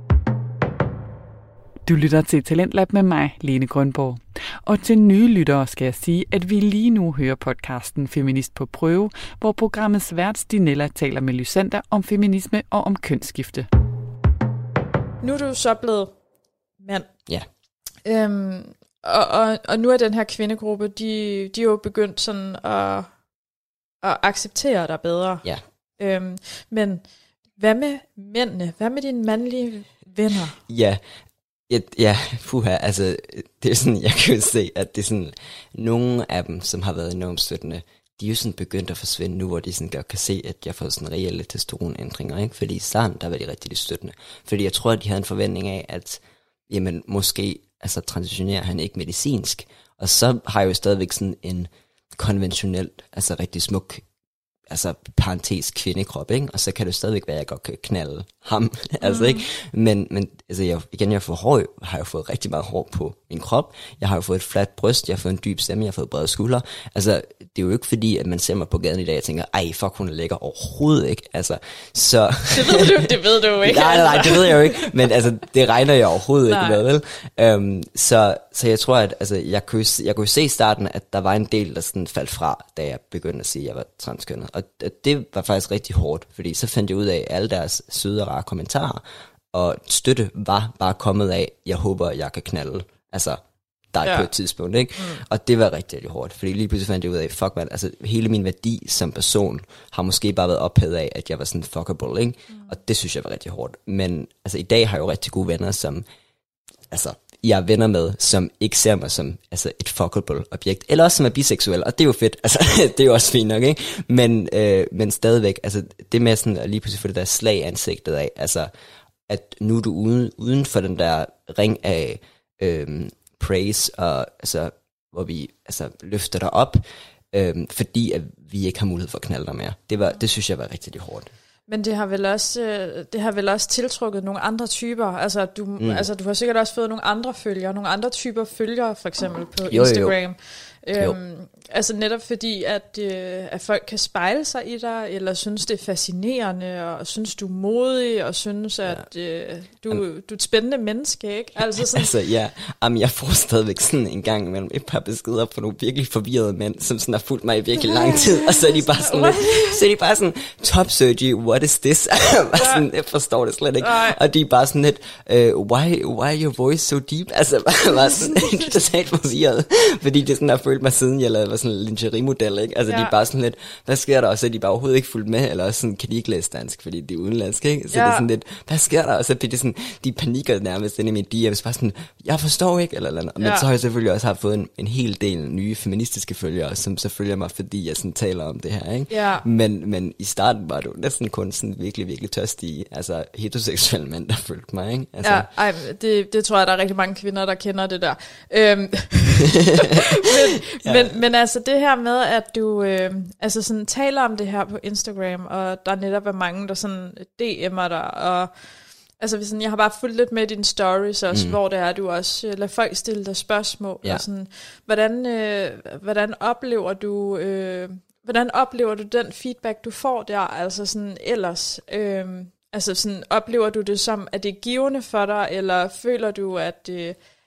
Du lytter til Talentlab med mig, Lene Grønborg. Og til nye lyttere skal jeg sige, at vi lige nu hører podcasten Feminist på prøve, hvor programmets vært Stinella taler med Lysander om feminisme og om kønsskifte. Nu er du så blevet mand. Ja. Øhm, og, og, og nu er den her kvindegruppe, de, de er jo begyndt sådan at... og acceptere dig bedre. Ja. Øhm, men hvad med mændene? Hvad med dine mandlige venner? Ja, ja, ja puha, altså, det er sådan, jeg kan jo se, at det er sådan, nogle af dem, som har været enormt støttende, de er jo sådan begyndt at forsvinde nu, hvor de sådan godt kan se, at jeg får sådan reelle testosteronændringer, ikke? Fordi i starten, der var de rigtig støttende. Fordi jeg tror, at de havde en forventning af, at, jamen, måske, altså, transitionerer han ikke medicinsk, og så har jeg jo stadigvæk sådan en konventionelt, altså rigtig smuk, altså parentes kvindekrop, ikke? Og så kan det stadigvæk være, at jeg godt kan knalde ham, altså, ikke? Men, men altså, jeg, igen, jeg er for hård, har jo fået rigtig meget hår på min krop, jeg har jo fået et fladt bryst, jeg har fået en dyb stemme, jeg har fået brede skuldre, altså, det er jo ikke fordi, at man ser mig på gaden i dag, og tænker, ej, fuck, hun er lækker, overhovedet ikke, altså, så... Det ved du, det ved du jo ikke. nej, nej, nej, det ved jeg jo ikke, men altså, det regner jeg overhovedet nej. ikke med, vel? Um, så, så jeg tror, at, altså, jeg kunne, jeg kunne se i starten, at der var en del, der sådan faldt fra, da jeg begyndte at sige, at jeg var transkønnet, og det var faktisk rigtig hårdt, fordi så fandt jeg ud af, at alle deres søde og rare kommentarer og støtte var bare kommet af, jeg håber, jeg kan knalde, altså, dig ja. på et tidspunkt, ikke? Mm. Og det var rigtig, rigtig hårdt, fordi lige pludselig fandt jeg ud af, fuck man, altså, hele min værdi som person har måske bare været ophævet af, at jeg var sådan fuckable, ikke? Mm. Og det synes jeg var rigtig hårdt. Men altså, i dag har jeg jo rigtig gode venner, som, altså, jeg er venner med, som ikke ser mig som altså et fuckable objekt, eller også som er biseksuel, og det er jo fedt, altså det er jo også fint nok, ikke? Men, øh, men stadigvæk, altså det med sådan at lige pludselig få det der slag i ansigtet af, altså at nu er du uden, uden for den der ring af øh, praise, og altså hvor vi altså løfter dig op, øh, fordi at vi ikke har mulighed for at knalde dig mere. Det, var, det synes jeg var rigtig hårdt. Men det har vel også det har vel også tiltrukket nogle andre typer. Altså du mm. altså du har sikkert også fået nogle andre følgere, nogle andre typer følgere for eksempel på jo, Instagram. Jo, jo. Øhm, altså netop fordi at øh, at folk kan spejle sig i dig, eller synes det er fascinerende, og synes du er modig, og synes at ja. øh, du um, du er et spændende menneske, ikke? Altså sådan. Altså ja, um, jeg får stadigvæk sådan en gang imellem et par beskeder fra nogle virkelig forvirrede mænd, som sådan har fulgt mig i virkelig lang tid, og så er de bare sådan lidt, så er de bare sådan, top surgery, what is this? sådan, jeg forstår det slet ikke. Nej. Og de er bare sådan lidt, uh, why why are your voice so deep? Altså bare, bare sådan totalt forvirret, fordi det sådan har følt mig siden jeg lavede sådan en lingerie-model, ikke? Altså ja. de er bare sådan lidt, hvad sker der? Og så er de bare overhovedet ikke fulgt med, eller også sådan, kan de ikke læse dansk, fordi de er udenlandsk, ikke? Så ja. det er sådan lidt, hvad sker der? Og så bliver det sådan, de panikker nærmest inde i mit D M's, bare sådan, jeg forstår ikke, eller eller andet. Men ja. så har jeg selvfølgelig også haft fået en, en hel del nye feministiske følgere, som så følger mig, fordi jeg sådan taler om det her, ikke? Ja. Men, men i starten var det jo næsten kun sådan virkelig, virkelig tørstige, altså heteroseksuelle mænd, der følte mig, ikke? Altså, ja, ej, det, det tror jeg, der er rigtig mange kvinder, der kender det der. Øhm, men, ja. men, men altså det her med, at du øh, altså sådan taler om det her på Instagram, og der netop er mange, der sådan D M'er dig, og altså sådan, jeg har bare fulgt lidt med dine stories også, mm. hvor det er, du også øh, lader folk stille dig spørgsmål, ja. og sådan, hvordan, øh, hvordan oplever du, øh, hvordan oplever du den feedback, du får der, altså sådan ellers, øh, altså sådan, oplever du det som, at det er givende for dig, eller føler du, at det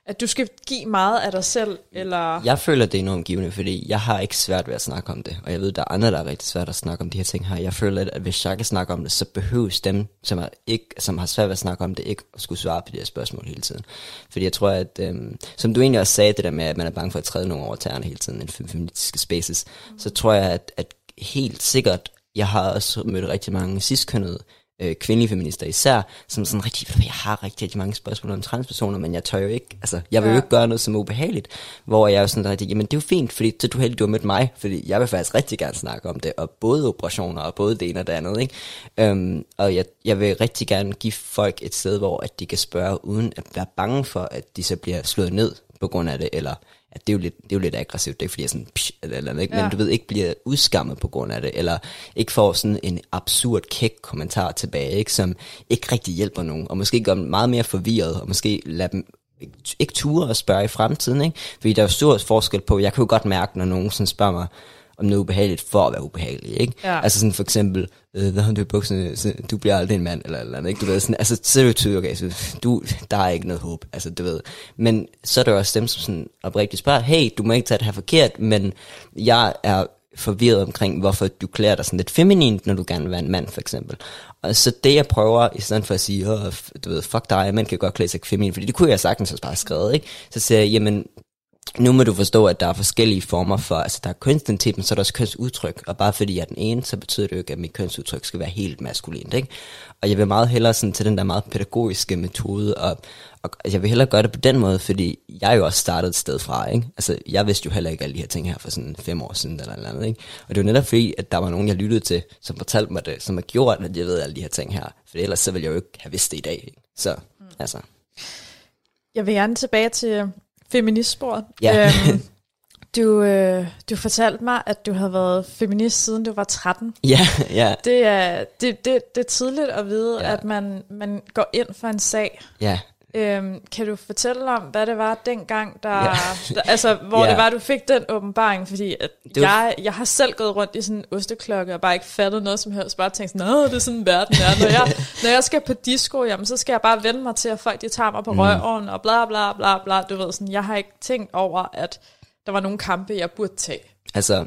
at du skal give meget af dig selv, eller... Jeg føler, det er enormt givende, fordi jeg har ikke svært ved at snakke om det, og jeg ved, der er andre, der er rigtig svært at snakke om de her ting her. Jeg føler, at hvis jeg kan snakke om det, så behøves dem, som, er ikke, som har svært ved at snakke om det, ikke at skulle svare på de her spørgsmål hele tiden. Fordi jeg tror, at, øhm, som du egentlig også sagde, det der med, at man er bange for at træde nogle over tæerne hele tiden, i feministiske spaces, mm. så tror jeg, at, at helt sikkert, jeg har også mødt rigtig mange cis-kønnede, øh, kvindelige feminister især, som sådan rigtig, jeg har rigtig, rigtig mange spørgsmål om transpersoner, men jeg tør jo ikke, altså, jeg vil jo ikke gøre noget som ubehageligt, hvor jeg er jo sådan rigtig, jamen det er jo fint, fordi så du heldig, du har mødt mig, fordi jeg vil faktisk rigtig gerne snakke om det, og både operationer, og både det ene og det andet, ikke? Øhm, og jeg, jeg vil rigtig gerne give folk et sted, hvor at de kan spørge, uden at være bange for, at de så bliver slået ned på grund af det, eller at det er jo lidt, det er jo lidt aggressivt, det er ikke fordi jeg sådan, psh, eller, eller ikke, ja. Men du ved, ikke bliver udskammet på grund af det, eller ikke får sådan en absurd kæk kommentar tilbage, ikke, som ikke rigtig hjælper nogen, og måske gør dem meget mere forvirret, og måske lade dem ikke, ikke ture og spørge i fremtiden, ikke, fordi der er jo stor forskel på, jeg kan jo godt mærke, når nogen sådan spørger mig, om noget ubehageligt for at være ubehagelig, ikke? Ja. Altså sådan for eksempel, øh, hvad har du i bukserne, så du bliver aldrig en mand, eller eller andet, ikke? Du ved sådan, altså så er det jo tydeligt, okay, så du, der er ikke noget håb, altså du ved. Men så er der også dem, som sådan oprigtigt spørger, hey, du må ikke tage det her forkert, men jeg er forvirret omkring, hvorfor du klæder dig sådan lidt feminint, når du gerne vil være en mand, for eksempel. Og så det, jeg prøver, i stedet for at sige, åh, du ved, fuck dig, mænd kan godt klæde sig feminint, fordi det kunne jeg sagtens også bare have skrevet, ikke? Så siger jeg, jamen, nu må du forstå, at der er forskellige former for, altså der er kønsidentitet, men så er der også kønsudtryk, og bare fordi jeg er den ene, så betyder det jo ikke, at mit kønsudtryk skal være helt maskulint, ikke? Og jeg vil meget hellere sådan til den der meget pædagogiske metode, og, og jeg vil hellere gøre det på den måde, fordi jeg jo også startede et sted fra, ikke? Altså jeg vidste jo heller ikke alle de her ting her for sådan fem år siden, eller noget andet, ikke? Og det var netop fordi, at der var nogen, jeg lyttede til, som fortalte mig det, som har gjort, at jeg ved alle de her ting her, for ellers så ville jeg jo ikke have vidst det i dag, ikke? Så, mm. altså. Jeg vil gerne tilbage til feministsporet. Ja. Øhm, du, øh, du fortalte mig, at du havde været feminist siden du var tretten. Ja, ja. Det er, det, det, det er tidligt at vide, ja. at man, man går ind for en sag. Ja. Øhm, kan du fortælle om, hvad det var dengang, der, ja. der altså, hvor ja. det var, du fik den åbenbaring? Fordi at var... jeg, jeg har selv gået rundt i sådan en osteklokke, og bare ikke fattet noget som helst. Bare tænkt sådan, nå, det er sådan verden er. Når jeg, når jeg skal på disco, jamen, så skal jeg bare vende mig til, at folk de tager mig på mm. røven, og bla bla bla bla. Du ved, sådan, jeg har ikke tænkt over, at der var nogle kampe, jeg burde tage. Altså,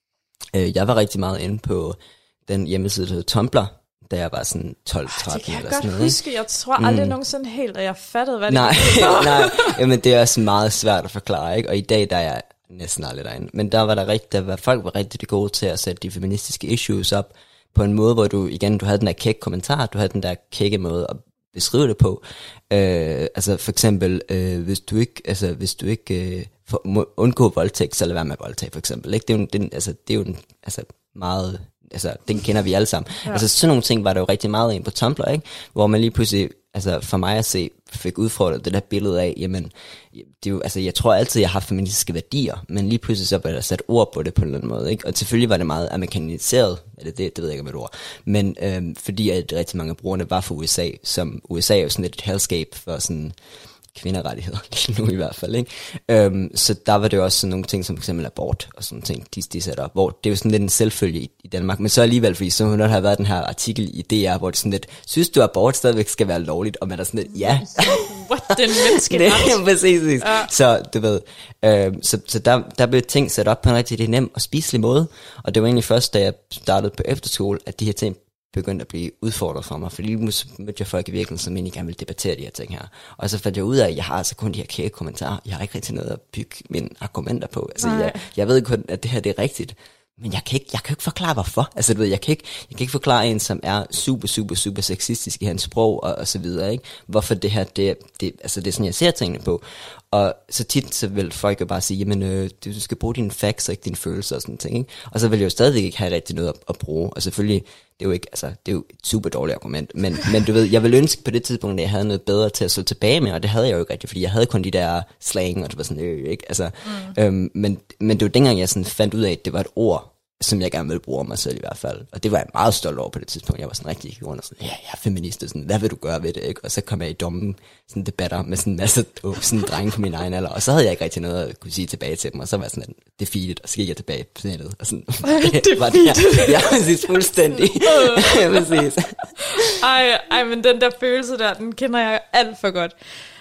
øh, jeg var rigtig meget inde på den hjemmeside, der hedder Tumblr, da jeg var sådan tolv tretten eller sådan noget. Det kan jeg godt huske. Jeg tror aldrig mm. nogensinde helt, at jeg fattede, hvad det nej, var. Nej, jamen det er også meget svært at forklare, ikke? Og i dag, der er jeg næsten aldrig derinde. Men der var der rigtig, der var, folk var rigtig gode til at sætte de feministiske issues op på en måde, hvor du, igen, du havde den der kække kommentar, du havde den der kække måde at beskrive det på. Øh, altså for eksempel, øh, hvis du ikke, altså hvis du ikke øh, for, må undgå voldtægt, så lad være med at voldtage, for eksempel, ikke? Det er jo, det, altså, det er jo en, altså meget... Altså, den kender vi alle sammen. Ja. Altså, sådan nogle ting var der jo rigtig meget ind på Tumblr, ikke? Hvor man lige pludselig, altså for mig at se, fik udfordret det der billede af, jamen, det er jo, altså, jeg tror altid, jeg har feministiske værdier, men lige pludselig så var der sat ord på det på en eller anden måde, ikke? Og selvfølgelig var det meget amerikaniseret, eller det, det ved jeg ikke om et ord, men øhm, fordi at rigtig mange af brugerne var fra U S A, som U S A er jo sådan lidt et hellscape for sådan kvinderettigheder, lige nu i hvert fald, ikke? Øhm, så der var det jo også sådan nogle ting, som for eksempel abort, og sådan ting, de, de sætter op, hvor det er jo sådan lidt en selvfølge i, i Danmark, men så alligevel, fordi så har der været den her artikel i D R, hvor det sådan lidt, synes du, at abort stadigvæk skal være lovligt, og man er sådan lidt, ja. What, den menneskeret? Det er præcis, præcis. Ja. Så du ved, øhm, så, så der, der blev ting sat op på en rigtig nem og spiselig måde, og det var egentlig først, da jeg startede på efterskole, at de her ting begyndte at blive udfordret for mig, fordi lige mødte jeg folk i virkeligheden, som egentlig gerne ville debattere de her ting her. Og så fandt jeg ud af, at jeg har altså kun de her kære kommentarer. Jeg har ikke rigtig noget at bygge mine argumenter på. Altså, jeg, jeg ved kun, at det her det er rigtigt, men jeg kan ikke, jeg kan ikke forklare, hvorfor. Altså, du ved, jeg kan ikke, jeg kan ikke forklare en, som er super, super, super sexistisk i hans sprog, og, og så videre, ikke? Hvorfor det her, det, det, altså, det er sådan, jeg ser tingene på. Og så tit, så vil folk jo bare sige, jamen, øh, du skal bruge dine facts, og ikke dine følelser og sådan ting, ikke? Og så vil jeg jo stadig ikke have rigtig noget at, at bruge. Og selvfølgelig, det er jo ikke, altså, det er jo et super dårligt argument, men, men du ved, jeg vil ønske på det tidspunkt, at jeg havde noget bedre til at slå tilbage med, og det havde jeg jo ikke rigtig, fordi jeg havde kun de der slang, og det var sådan, øh, ikke? Altså, mm. øhm, men, men det var dengang, jeg sådan fandt ud af, at det var et ord, som jeg gerne ville bruge om mig selv i hvert fald. Og det var jeg meget stolt over på det tidspunkt. Jeg var sådan rigtig rundt og sådan, ja, jeg er feminist, og sådan, hvad vil du gøre ved det, ikke? Og så kom jeg i dumme sådan debatter med sådan en masse oh, sådan drenge på min egen alder, og så havde jeg ikke rigtig noget at kunne sige tilbage til dem, og så var jeg sådan, det er fint, og så gik jeg tilbage på nettet, og sådan, det var det her. Jeg præcis fuldstændig. præcis. Ej, ej, men den der følelse der, den kender jeg alt for godt.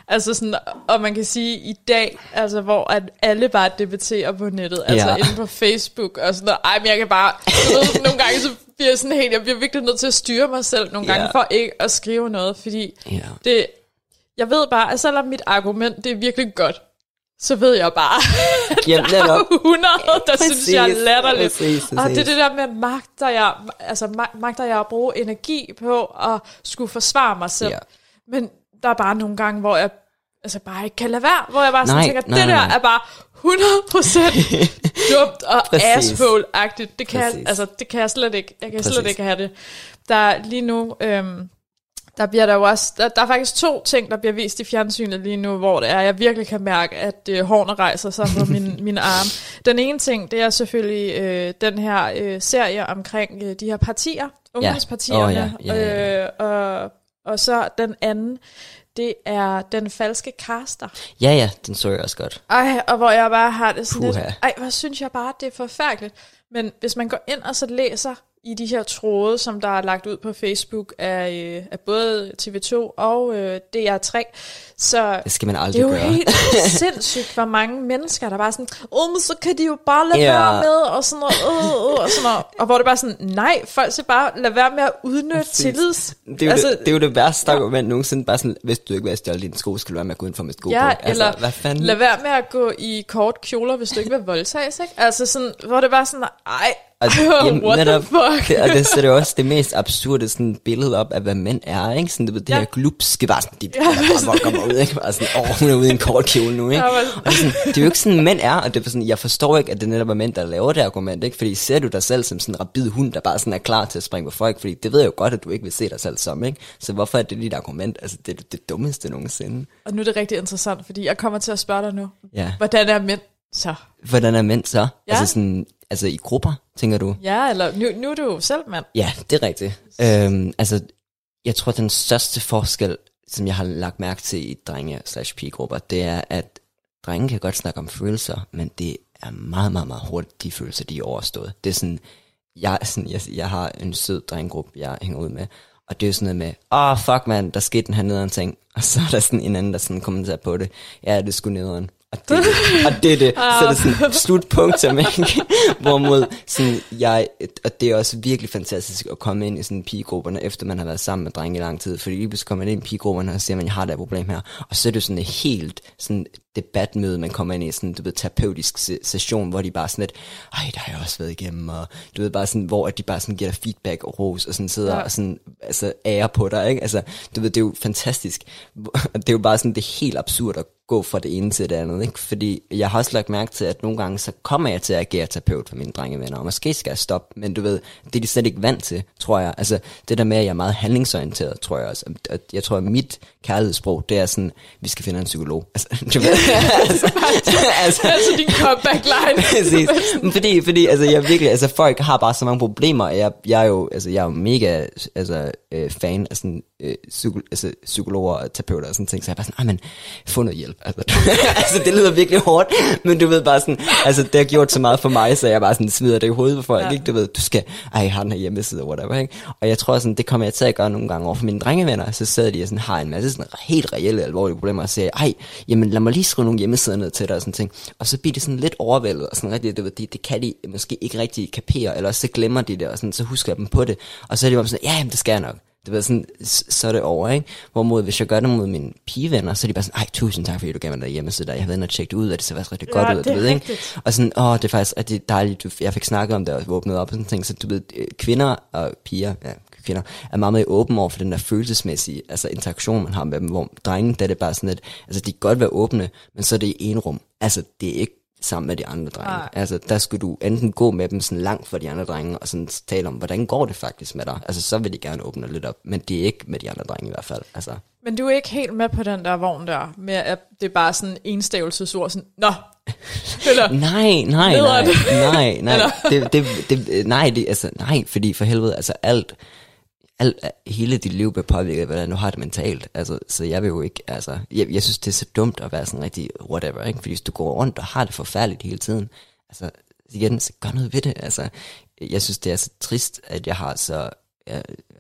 Altså sådan, og man kan sige i dag, altså hvor at alle bare debatterer på nettet, altså ja. inde på Facebook og sådan noget. Ej, men jeg kan bare, ved, nogle gange så bliver jeg sådan helt, jeg bliver virkelig nødt til at styre mig selv nogle gange, ja. for ikke at skrive noget, fordi ja. det, jeg ved bare, at selvom mit argument, det er virkelig godt, så ved jeg bare, at Jamen, der er hundrede, der præcis, synes, jeg er latterligt. Præcis, præcis. Og det er det der med, magter jeg, altså magter jeg at bruge energi på at skulle forsvare mig selv. Ja. Men der er bare nogle gange, hvor jeg altså bare ikke kan lade være, hvor jeg bare sådan nej, tænker, nej, det der nej. er bare hundrede procent dumt og asshole-agtigt. Det kan, jeg, altså, det kan jeg slet ikke. Jeg kan præcis. slet ikke have det. Der lige nu... Øhm, Der bliver der jo også, der, der er faktisk to ting, der bliver vist i fjernsynet lige nu, hvor det er, jeg virkelig kan mærke, at øh, hårene rejser sig på min, mine arme. Den ene ting, det er selvfølgelig øh, den her øh, serie omkring øh, de her partier, ungdomspartierne, ja. Oh, ja. Ja, ja, ja. Øh, og, og så den anden, det er Den Falske Caster. Ja, ja, den så jeg også godt. Ej, og hvor jeg bare har det sådan Puha. lidt, ej, hvor synes jeg bare, det er forfærdeligt. Men hvis man går ind og så læser i de her tråde, som der er lagt ud på Facebook af, øh, af både T V to og øh, D R tre, så det skal man aldrig det er jo gøre. helt sindssygt, hvor mange mennesker, der bare sådan, åh, men så kan de jo bare lade yeah. være med, og sådan noget, øh, øh, og sådan noget, og hvor det bare sådan, nej, folk skal bare lade være med at udnytte tillids. Det er, altså, det, det er jo det værste argument ja. nogensinde, bare sådan, hvis du ikke vil have stjålet din sko, skal du være med at gå ind for med sko ja, på. Altså, eller hvad fanden? lad være med at gå i kort kjoler, hvis du ikke vil voldtages, ikke? Altså sådan, hvor det bare sådan, ej, og, jamen, what netop, the fuck? Det, og det sætter jo også det mest absurde sådan billede op af, hvad mænd er, ikke? Sådan, det, det ja. her glupske, bare sådan, de ja, bare kommer ud, ikke? Bare sådan, åh, hun er ude i en kort kjole nu, ikke? Ja, og det, sådan, det er jo ikke sådan, mænd er, og det er sådan, jeg forstår ikke, at det netop er mænd, der laver det argument, ikke? Fordi ser du dig selv som sådan en rabid hund, der bare sådan er klar til at springe på folk, fordi det ved jeg jo godt, at du ikke vil se dig selv som, ikke? Så hvorfor er det dit argument? Altså, det er det, det dummeste nogensinde. Og nu er det rigtig interessant, fordi jeg kommer til at spørge dig nu. Ja. Hvordan er mænd så? Hvordan er mænd så? Ja. Altså sådan, altså i grupper, tænker du? Ja, eller nu, nu er du jo selv mand. Ja, det er rigtigt. Øhm, altså, jeg tror, den største forskel, som jeg har lagt mærke til i drenge- slash pigegrupper, det er, at drenge kan godt snakke om følelser, men det er meget, meget, meget hurtigt, de følelser, de er overstået. Det er sådan, jeg, sådan, jeg, jeg har en sød drengegruppe, jeg hænger ud med, og det er jo sådan noget med, åh, oh, fuck man, der skete den her nederen ting, og så er der sådan en anden, der sådan kommenterer på det, ja, det skulle nederen. Og det, og det er det, så er det sådan slutpunktum, ikke? Hvorimod, sådan, jeg, og det er også virkelig fantastisk at komme ind i sådan pigegrupperne, efter man har været sammen med drenge i lang tid, fordi lige pludselig kommer man ind i pigegrupperne og siger, at jeg har det her problem her, og så er det sådan et helt sådan debatmøde, man kommer ind i sådan, du ved, terapeutisk session, hvor de bare sådan lidt, ej, der har jeg også været igennem, og du ved, bare sådan, hvor de bare sådan giver dig feedback og ros, og sådan sidder ja. og sådan, altså ære på dig, ikke? Altså, du ved, det er jo fantastisk. Det er jo bare sådan, det er helt absurd at gå fra det ene til det andet, ikke? Fordi jeg har også lagt mærke til, at nogle gange, så kommer jeg til at agere terapeut for mine drengevenner, og måske skal jeg stoppe, men du ved, det er de slet ikke vant til, tror jeg. Altså, det der med, at jeg er meget handlingsorienteret, tror jeg også. At jeg tror, at mit kærlighedssprog, det er sådan, vi skal finde en psykolog. Altså, du ved, altså, altså, altså din comeback line. Præcis. Fordi, fordi, altså, jeg virkelig, altså, folk har bare så mange problemer, og jeg, jeg er jo, altså, jeg er jo mega, altså, øh, fan af sådan, øh, psyko, altså, psykologer og terapeuter og sådan ting, så jeg er bare sådan, ah, men, få noget hjælp. Altså, altså, det lyder virkelig hårdt, men du ved bare sådan, altså, det har gjort så meget for mig, så jeg bare sådan smider det i hovedet på folk, ja. ikke? Du ved, du skal, ej, jeg har den her hjemmeside, og whatever, ikke? Og jeg tror sådan, det kommer jeg til at gøre nogle gange over for mine drengevenner, så sidder de og sådan, har en masse sådan helt reelle, alvorlige problemer, og siger, ej, jamen, lad mig lige skrive nogle hjemmesider ned til dig, og sådan ting. Og så bliver de sådan lidt overvældet, og sådan rigtig, du ved, det, det kan de måske ikke rigtig kapere, eller så glemmer de det, og sådan, så husker jeg dem på det, og så er de bare sådan, ja, jamen, det skal jeg nok. Det var sådan, så er det over, ikke? Hvorimod, hvis jeg gør det mod mine pigevenner, så er de bare sådan, ej, tusind tak, fordi du gav mig der hjemmeside der. Jeg har været inde og tjekket ud, og det ser faktisk rigtig ja, godt ud, du ved, ikke? Og sådan, åh, det er faktisk rigtig dejligt, jeg fik snakket om det, og åbnet op og sådan ting. Så du ved, kvinder og piger, ja, kvinder, er meget mere åbne over for den der følelsesmæssige, altså interaktion, man har med dem, hvor drenge, der er det bare sådan lidt, altså de kan godt være åbne, men så er det i en rum. Altså, det er ikke sammen med de andre drenge. Ah. Altså, der skulle du enten gå med dem sådan langt fra de andre drenge, og sådan tale om, hvordan går det faktisk med dig? Altså, så vil de gerne åbne lidt op, men det er ikke med de andre drenge i hvert fald. Altså. Men du er ikke helt med på den der vogn der, med at det er bare sådan enstavelsesord, sådan, nå, eller, nej, nej, nej, nej, nej, det, det, det, nej, det, altså, nej, fordi for helvede, altså alt, alt, hele dit liv bliver påvirket af, hvordan du har det mentalt, altså, så jeg vil jo ikke, altså, jeg, jeg synes, det er så dumt at være sådan rigtig whatever, ikke, fordi hvis du går rundt og har det forfærdeligt hele tiden, altså, igen, så gør noget ved det, altså, jeg synes, det er så trist, at jeg har så, jeg,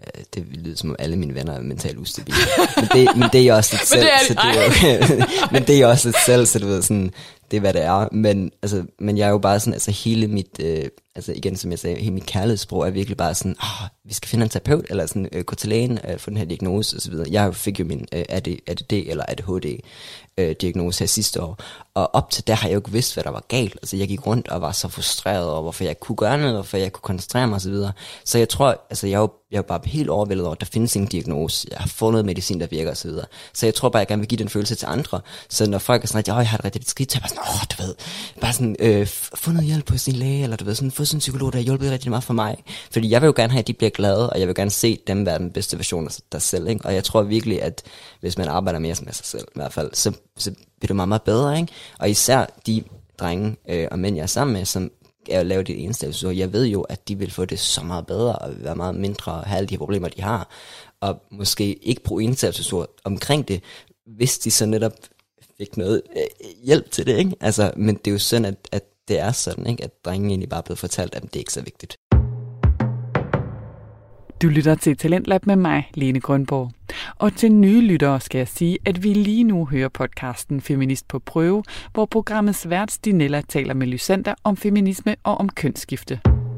det lyder som om alle mine venner er mentalt ustabile. men, det, men det er jeg også lidt selv. Men det er, så det er okay. Men det er jeg også lidt selv, så du ved sådan, det er hvad det er. Men, altså, men jeg er jo bare sådan, altså hele mit, øh, altså igen som jeg sagde, hele mit kærlighedssprog er virkelig bare sådan, åh, vi skal finde en terapeut, eller sådan, øh, gå til lægen øh, for den her diagnose, og så videre. Jeg fik jo min øh, A D D eller A D H D øh, diagnose her sidste år, og op til der har jeg jo ikke vidst, hvad der var galt. Altså jeg gik rundt og var så frustreret over, hvorfor jeg kunne gøre noget, hvorfor jeg kunne koncentrere mig og så videre. Så jeg tror, altså jeg er jo, jeg er jo bare helt overvældet over, at der findes ingen diagnose. Jeg har fundet medicin, der virker og så videre. Så jeg tror bare, jeg gerne vil give den følelse til andre. Så når folk er sådan, at jeg har et rigtig skidt, så er jeg bare sådan, åh, du ved, bare sådan, øh, få noget hjælp på sin læge, eller du ved, sådan, få sådan en psykolog, der har hjulpet rigtig meget for mig. Fordi jeg vil jo gerne have, at de bliver glade, og jeg vil gerne se dem være den bedste version af dig selv, ikke? Og jeg tror virkelig, at hvis man arbejder mere med sig selv, i hvert fald, så, så bliver det meget, meget bedre, ikke? Og især de drenge øh, og mænd, jeg er sammen med, som er at lave det eneste, så jeg ved jo, at de vil få det så meget bedre, og være meget mindre, og have alle de problemer, de har, og måske ikke bruge indsatser omkring det, hvis de så netop fik noget øh, hjælp til det, ikke? Altså, men det er jo sådan, at, at det er sådan, ikke? At drengen egentlig bare er blevet fortalt, at det ikke er så vigtigt. Du lytter til Talentlab med mig, Lene Grønborg. Og til nye lyttere skal jeg sige, at vi lige nu hører podcasten Feminist på prøve, hvor programmets vært Stinella taler med Lysander om feminisme og om kønsskifte.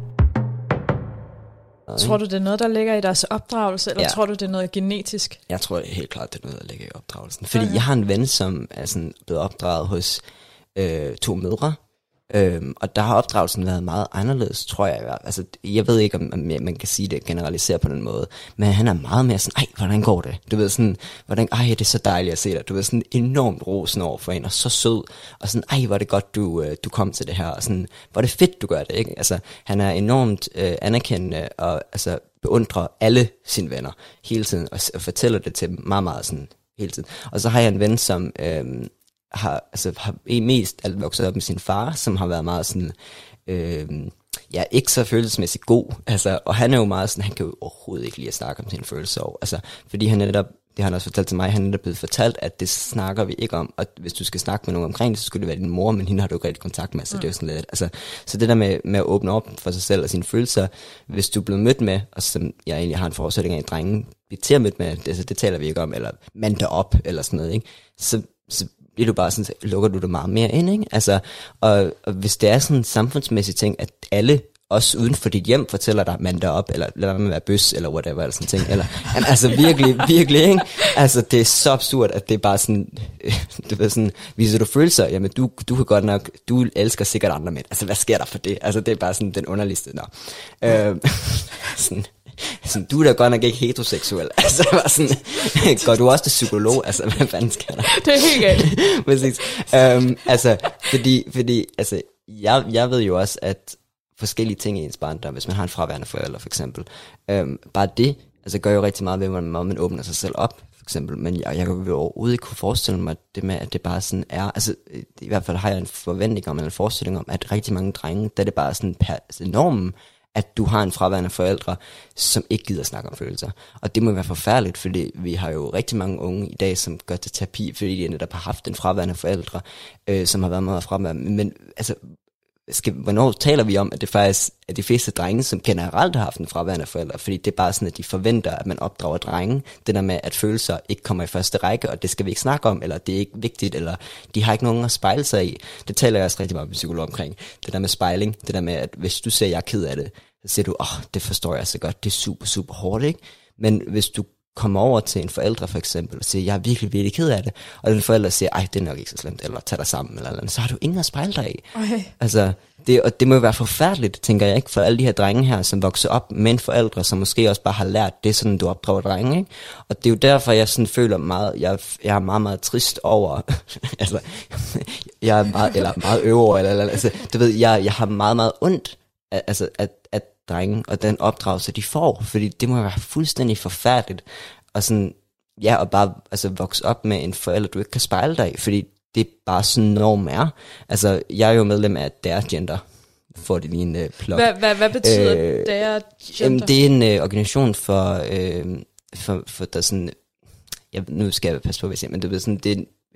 Tror du, det er noget, der ligger i deres opdragelse, eller ja. tror du, det er noget genetisk? Jeg tror helt klart, det er noget, der ligger i opdragelsen. Fordi okay. jeg har en ven, som er sådan blevet opdraget hos øh, to mødre, Øhm, og der har opdragelsen været meget anderledes, tror jeg. Altså, jeg ved ikke, om man kan sige det, generalisere på den måde, men han er meget mere sådan, ej, hvordan går det? Du ved sådan, hvordan, ej, det er så dejligt at se dig. Du ved sådan enormt rosen over for en, og så sød, og sådan, ej, hvor er det godt, du, du kom til det her, og sådan, hvor er det fedt, du gør det, ikke? Altså, han er enormt øh, anerkendende, og altså, beundrer alle sine venner hele tiden, og, og fortæller det til dem meget, meget sådan, hele tiden. Og så har jeg en ven, som øh, har, altså, har mest alt vokset op med sin far, som har været meget sådan, øh, ja, ikke så følelsesmæssigt god, altså, og han er jo meget sådan, han kan jo overhovedet ikke lide at snakke om sine følelser over, altså, fordi han netop, det har han også fortalt til mig, han er netop blevet fortalt, at det snakker vi ikke om, og hvis du skal snakke med nogen omkring det, så skulle det være din mor, men hende har du ikke rigtig kontakt med, så mm. det er jo sådan lidt, altså, så det der med, med at åbne op for sig selv og sine følelser, hvis du er blevet mødt med, og som jeg egentlig har en forudsætning af, at drengen bliver til at mødt med, det, altså, det taler vi ikke om, eller mand der op, eller sådan noget, ikke, så, så bliver du bare sådan, så lukker du det meget mere ind, ikke? Altså, og, og hvis det er sådan en samfundsmæssig ting, at alle, også uden for dit hjem, fortæller dig, mand derop, eller lad være med at være bøs, eller whatever, eller sådan ting, eller, altså virkelig, virkelig, ikke? Altså, det er så absurd, at det er bare sådan, du ved sådan, viser du følelser, jamen du, du kan godt nok, du elsker sikkert andre mænd, altså hvad sker der for det? Altså, det er bare sådan den underligste, nå. Øh, sådan, sådan, du er da godt nok ikke heteroseksuel. Altså, var sådan, går du også til psykolog? Altså, hvad fanden sker der? Det er helt galt. Præcis. Um, altså, fordi, fordi altså, jeg, jeg ved jo også, at forskellige ting i ens barndom, hvis man har en fraværende forælder, for eksempel, um, bare det, altså, gør jo rigtig meget ved, hvordan man åbner sig selv op, for eksempel. Men jeg, jeg kan jo overhovedet ikke kunne forestille mig det med, at det bare sådan er, altså, i hvert fald har jeg en forventning om, eller en forestilling om, at rigtig mange drenge, der er det bare sådan per, altså, normen, at du har en fraværende forældre, som ikke gider snakke om følelser. Og det må være forfærdeligt, fordi vi har jo rigtig mange unge i dag, som gør til terapi, fordi de netop har haft en fraværende forældre, øh, som har været meget fraværende. Men altså, skal, hvornår taler vi om, at det faktisk er de fleste drenge, som generelt har haft en fraværende forældre? Fordi det er bare sådan, at de forventer, at man opdrager drenge. Det der med, at følelser ikke kommer i første række, og det skal vi ikke snakke om, eller det er ikke vigtigt, eller de har ikke nogen at spejle sig i. Det taler jeg også rigtig meget med psykolog omkring. Det der med spejling, det der med, at hvis du siger, at jeg er ked af det, så siger du, åh, oh, det forstår jeg så godt, det er super, super hårdt, ikke? Men hvis du kommer over til en forælder for eksempel, og siger, jeg er virkelig, virkelig ked af det, og den forælder siger, ej, det er nok ikke så slemt, eller tag dig sammen, eller, eller så har du ingen at spejle dig i. Okay. Altså, det, og det må jo være forfærdeligt, tænker jeg ikke, for alle de her drenge her, som vokser op med en forældre, som måske også bare har lært det, sådan du opdrager drenge, ikke? Og det er jo derfor, jeg sådan føler meget, jeg, jeg er meget, meget trist over, altså, jeg er meget, eller meget øver, eller, eller altså, du ved, jeg, jeg har meget, meget ondt, altså, at, at drenge, og den opdragelse, de får, fordi det må være fuldstændig forfærdeligt, og sådan, ja, og bare altså, vokse op med en forælder, du ikke kan spejle dig i, fordi det er bare sådan norm er. Altså, jeg er jo medlem af D R Gender, får det lige en uh, plug. Hvad, hvad, hvad betyder øh, D R Gender? Det er en uh, organisation for, uh, for, for der sådan, jeg, nu skal jeg passe på, hvad jeg siger, men det er sådan, det er uh,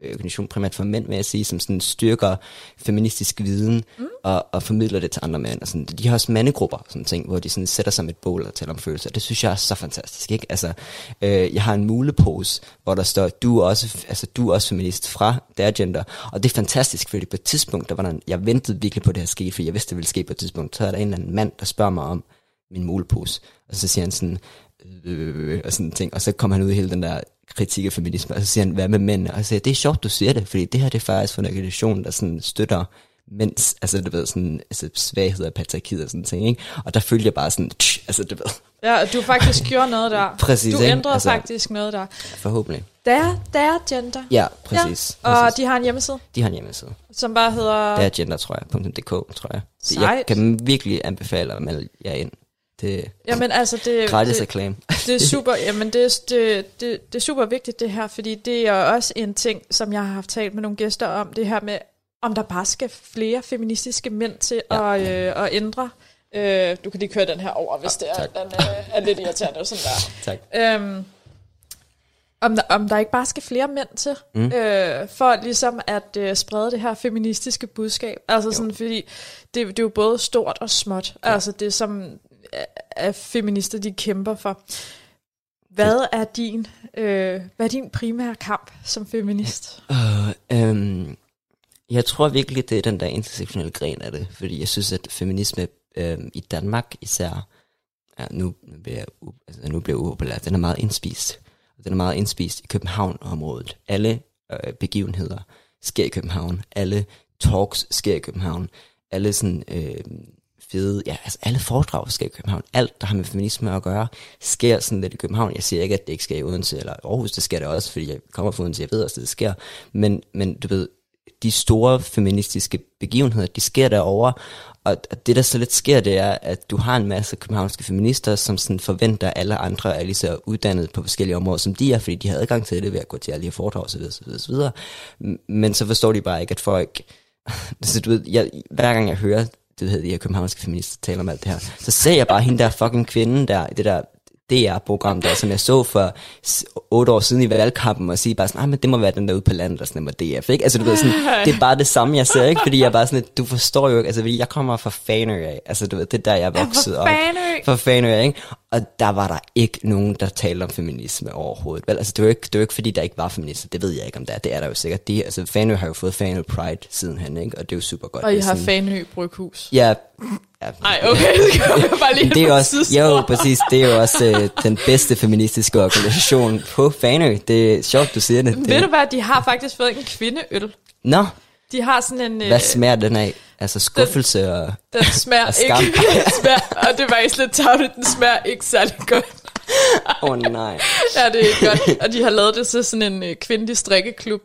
organisation primært for mænd, vil jeg sige, som sådan styrker feministisk viden mm. og, og formidler det til andre mænd. Og sådan. De har også mandegrupper, sådan ting, hvor de sådan sætter sig med et bål og taler om følelser. Det synes jeg er så fantastisk, ikke? Altså, øh, jeg har en mulepose, hvor der står, du er også, altså, du er også feminist fra Der Gender. Og det er fantastisk, fordi på et tidspunkt, der var der, jeg ventede virkelig på, det her skete, for jeg vidste, det ville ske på et tidspunkt. Så er der en eller anden mand, der spørger mig om min mulepose. Og så siger han sådan, øh, og sådan ting. Og så kommer han ud i hele den der kritik af feminisme, og så siger han, hvad med mænd? Og så siger jeg, det er sjovt, du siger det, fordi det her, det er faktisk for en organisation, der sådan støtter mænds, altså du ved, sådan, altså svaghed og patriarkiet og sådan ting, ikke? Og der følte jeg bare sådan, tsh, altså du ved. Ja, du faktisk gjorde noget der. Præcis, du ikke? ændrede Altså, faktisk noget der. Forhåbentlig. Der, der Gender. Ja, præcis. Ja. Og præcis. de har en hjemmeside. De har en hjemmeside. Som bare hedder... Der Gender, tror jeg, .dk, tror jeg. Sejt. Jeg kan virkelig anbefale at melde jer ind. Det Jamen altså det... gratis det, reklame. Det er super, jamen det, er- det, det, det er super vigtigt det her, fordi det er også en ting, som jeg har haft talt med nogle gæster om, det her med, om der bare skal flere feministiske mænd til Ja. at, øh, at ændre. Øh, du kan lige køre den her over, hvis Ja, det er, tak. den øh, er lidt irriterende. Sådan der. Tak. Øhm, om, der, om der ikke bare skal flere mænd til, mm. øh, for ligesom at øh, sprede det her feministiske budskab. Altså sådan, fordi det, det er jo både stort og småt. Ja. Altså det som øh, at feminister de kæmper for. Hvad er din, øh, hvad er din primære kamp som feminist? Uh, øhm, jeg tror virkelig, det er den der intersektionelle gren af det, fordi jeg synes, at feminisme øhm, i Danmark især, ja, nu, nu bliver jeg, u- altså, nu bliver jeg upopulær, den er meget indspist. Den er meget indspist i København-området. Alle øh, begivenheder sker i København. Alle talks sker i København. Alle sådan øh, fede, ja, altså alle foredrag sker i København. Alt, der har med feminisme at gøre, sker sådan lidt i København. Jeg siger ikke, at det ikke sker i Odense eller Aarhus, det sker det også, fordi jeg kommer fra Odense, jeg ved også, det sker. Men, men du ved, de store feministiske begivenheder, de sker derovre, og det der så lidt sker, det er, at du har en masse københavnske feminister, som sådan forventer, at alle andre er lige så uddannet på forskellige områder, som de er, fordi de har adgang til det ved at gå til alle de her foredrag osv. osv. Men så forstår de bare ikke, at folk... Så du ved, jeg, hver gang jeg hører det hedder de her københavnske feminister taler om alt det her, så ser jeg bare hende der fucking kvinde der, det der D R-program der, som jeg så for otte år siden i valgkampen, og sige bare sådan, ah, men det må være den der ude på landet, der sådan var D F, ikke? Altså du ved sådan, det er bare det samme, jeg ser, ikke? Fordi jeg er bare sådan, du forstår jo ikke, altså fordi jeg kommer fra Fanø af, altså du ved, det er der, jeg er vokset op. Fra Fanø af, ikke? Og der var der ikke nogen, der talte om feminisme overhovedet. Vel, altså det var ikke, det var ikke fordi, der ikke var feminister, det ved jeg ikke om der, det er der jo sikkert. Det, altså Fanø har jo fået Fanø Pride sidenhen, ikke? Og det er jo super godt. Og I har sådan, Fanø Bryghus. Ja. Ja. Nej, okay, det skal jeg bare lige det er også, jo, præcis, det er jo også øh, den bedste feministiske organisation på Fanø. Det er sjovt, du siger det. det. Ved du hvad, de har faktisk fået en kvindeøl. Nå, De har sådan en... hvad smager den af? Altså skuffelse den, og Den smager og ikke... Den smager, og det er faktisk lidt tavligt, den smager ikke særlig godt. Åh oh, nej. Ja, det er ikke godt. Og de har lavet det til sådan en øh, kvindelig strikkeklub.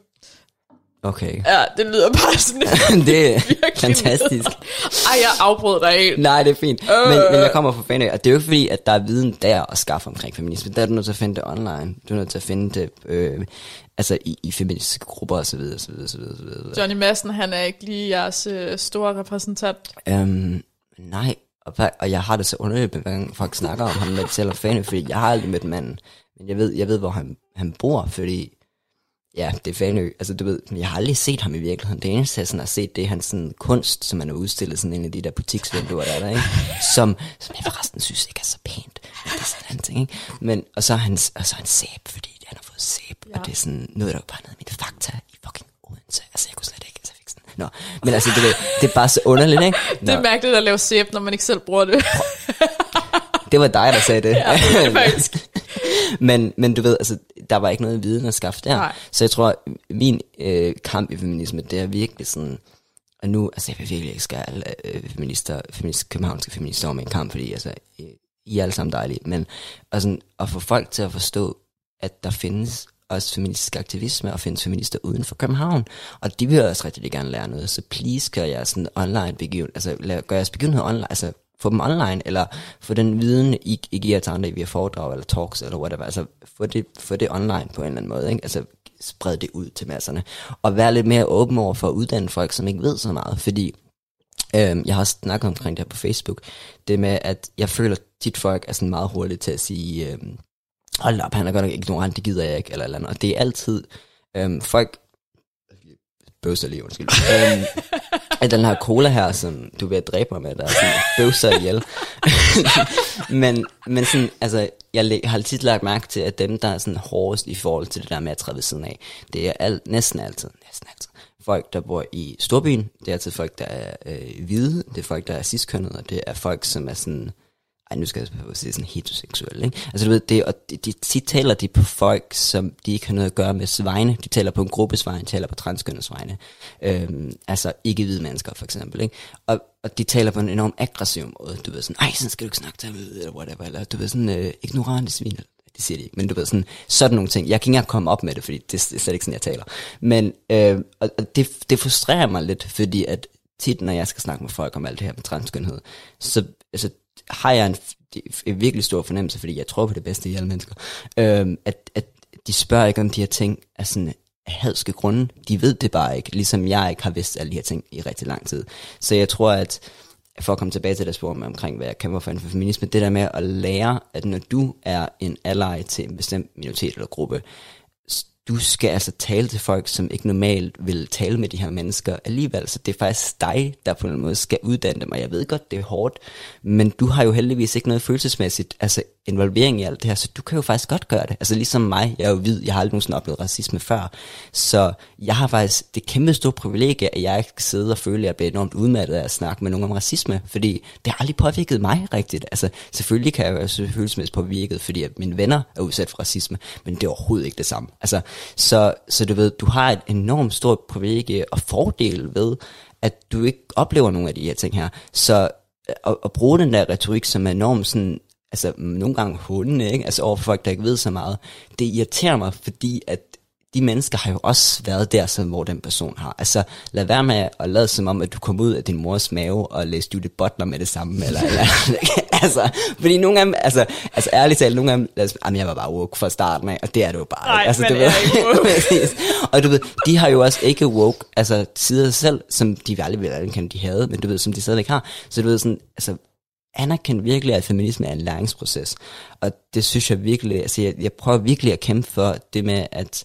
Okay. Ja, det lyder bare sådan... det er fantastisk. Ej, jeg afbrød dig helt. Nej, det er fint. Men, men jeg kommer fra Fanø, og det er jo ikke fordi, at der er viden der at skaffe omkring feminisme. Der er du nødt til at finde det online. Du er nødt til at finde det øh, altså i, i feministiske grupper og så videre, så videre, så videre, så videre. Johnny Madsen, han er ikke lige jeres øh, store repræsentant. Um, nej, og, og jeg har det så underligt, hver gang folk snakker om ham, når de selv er Fanø, fordi jeg har aldrig mødt manden. Men jeg ved, jeg ved hvor han, han bor, fordi... Ja, det er Fanø. Altså, du ved, jeg har aldrig set ham i virkeligheden. Det eneste, jeg sådan har set, det er hans sådan, kunst, som han har udstillet sådan en af de der butiksvinduer, der er der, ikke? Som, som jeg forresten synes ikke er så pænt. Men det er sådan en ting, ikke? Men, og så er han, og så er han sæb, fordi han har fået sæb. Ja. Og det er sådan noget, der var bare nede i mine fakta i fucking Odense. Altså, jeg kunne slet ikke, altså, jeg fik sådan... Nå, men altså, det, det er bare så underligt, ikke? Nå. Det er mærkeligt at lave sæb, når man ikke selv bruger det. Det var dig, der sagde det. Ja, det er faktisk. men, men du ved, altså, der var ikke noget viden at skaffe der. Nej. Så jeg tror, min øh, kamp i feminisme, det er virkelig sådan, og nu, altså jeg vil virkelig ikke skære alle øh, feminister, feminist, københavnske feminister over med en kamp, fordi altså, øh, I er alle sammen dejlige, men altså, at få folk til at forstå, at der findes også feministisk aktivisme, og findes feminister uden for København, og de vil også rigtig gerne lære noget, så please gør jeg sådan online begivenhed, altså gør jeres begivenhed online, altså få dem online, eller få den viden, I, I giver til andre via foredrag, eller talks, eller whatever, altså få det, få det online på en eller anden måde, ikke? Altså spred det ud til masserne, og være lidt mere åben over for at uddanne folk, som ikke ved så meget, fordi øhm, jeg har også snakket omkring det her på Facebook, det med, at jeg føler tit folk er sådan meget hurtigt til at sige, øhm, hold op, han er godt nok ignorant, det gider jeg ikke, eller eller andet, og det er altid, øhm, folk bøvser lige, undskyld. øhm, at den her cola her, som du er ved at dræbe mig med, der er sådan bøvser ihjel. men, men sådan, altså, jeg har altid lagt mærke til, at dem, der er sådan hårdest i forhold til det der med at træde ved siden af, det er alt, næsten altid, næsten altid, folk, der bor i storbyen, det er altid folk, der er øh, hvide, det er folk, der er cis-kønnede, og det er folk, som er sådan, ej, nu skal jeg sige sådan heteroseksuelle, ikke? Altså du ved, det, og de, de, de taler de på folk, som de ikke har noget at gøre med vegne, de taler på en gruppes vegne, de taler på transkønnes vegne, øhm, altså ikke hvide mennesker for eksempel, ikke? Og, og de taler på en enormt aggressiv måde, du ved sådan, ej, sådan skal du ikke snakke til mig, eller whatever, eller du ved sådan, øh, ignorante svin, det siger de ikke, men du ved sådan, sådan nogle ting, jeg kan ikke engang komme op med det, fordi det, det er slet ikke sådan, jeg taler, men øh, og, og det, det frustrerer mig lidt, fordi at tit, når jeg skal snakke med folk om alt det her med transkønhed, så altså, har jeg en, en virkelig stor fornemmelse, fordi jeg tror på det bedste i alle mennesker, øhm, at, at de spørger ikke om de her ting af sådan hadske grunde. De ved det bare ikke, ligesom jeg ikke har vidst alle de her ting i rigtig lang tid. Så jeg tror, at for at komme tilbage til det spor med omkring, hvad jeg kæmper for inden for feminisme, det der med at lære, at når du er en ally til en bestemt minoritet eller gruppe, du skal altså tale til folk, som ikke normalt vil tale med de her mennesker alligevel, så det er faktisk dig, der på en måde skal uddanne dem, og jeg ved godt, det er hårdt, men du har jo heldigvis ikke noget følelsesmæssigt, altså involvering i alt det her, så du kan jo faktisk godt gøre det, altså ligesom mig, jeg er jo hvid, jeg har aldrig nogensinde oplevet racisme før, så jeg har faktisk det kæmpe store privilegie, at jeg ikke kan sidde og føle, at jeg bliver enormt udmattet af at snakke med nogen om racisme, fordi det har aldrig påvirket mig rigtigt, altså selvfølgelig kan jeg jo være følelsesmæssigt påvirket, fordi at mine venner er udsat for racisme, men det er overhovedet ikke det samme, altså Så, så du ved, du har et enormt stort privilegie og fordel ved, at du ikke oplever nogle af de her ting her. Så at, at bruge den der retorik, som er enormt sådan, altså nogle gange hundene, ikke? Altså over for folk, der ikke ved så meget, det irriterer mig, fordi at de mennesker har jo også været der, som hvor den person har. Altså, lad være med at lade som om, at du kom ud af din mors mave og læste Judith Butler med det samme, eller, eller altså, fordi nogle af dem, altså, altså ærligt talt, nogle af dem, altså, jamen, jeg var bare woke fra starten af, og det er du jo bare. Nej, altså, men du er ved, ikke og du ved, de har jo også ikke woke, altså, sider selv, som de aldrig ville anerkende, de havde, men du ved, som de stadigvæk har. Så du ved, sådan, altså, anerkend virkelig, at feminisme er en læringsproces. Og det synes jeg virkelig, altså, jeg, jeg prøver virkelig at kæmpe for det med, at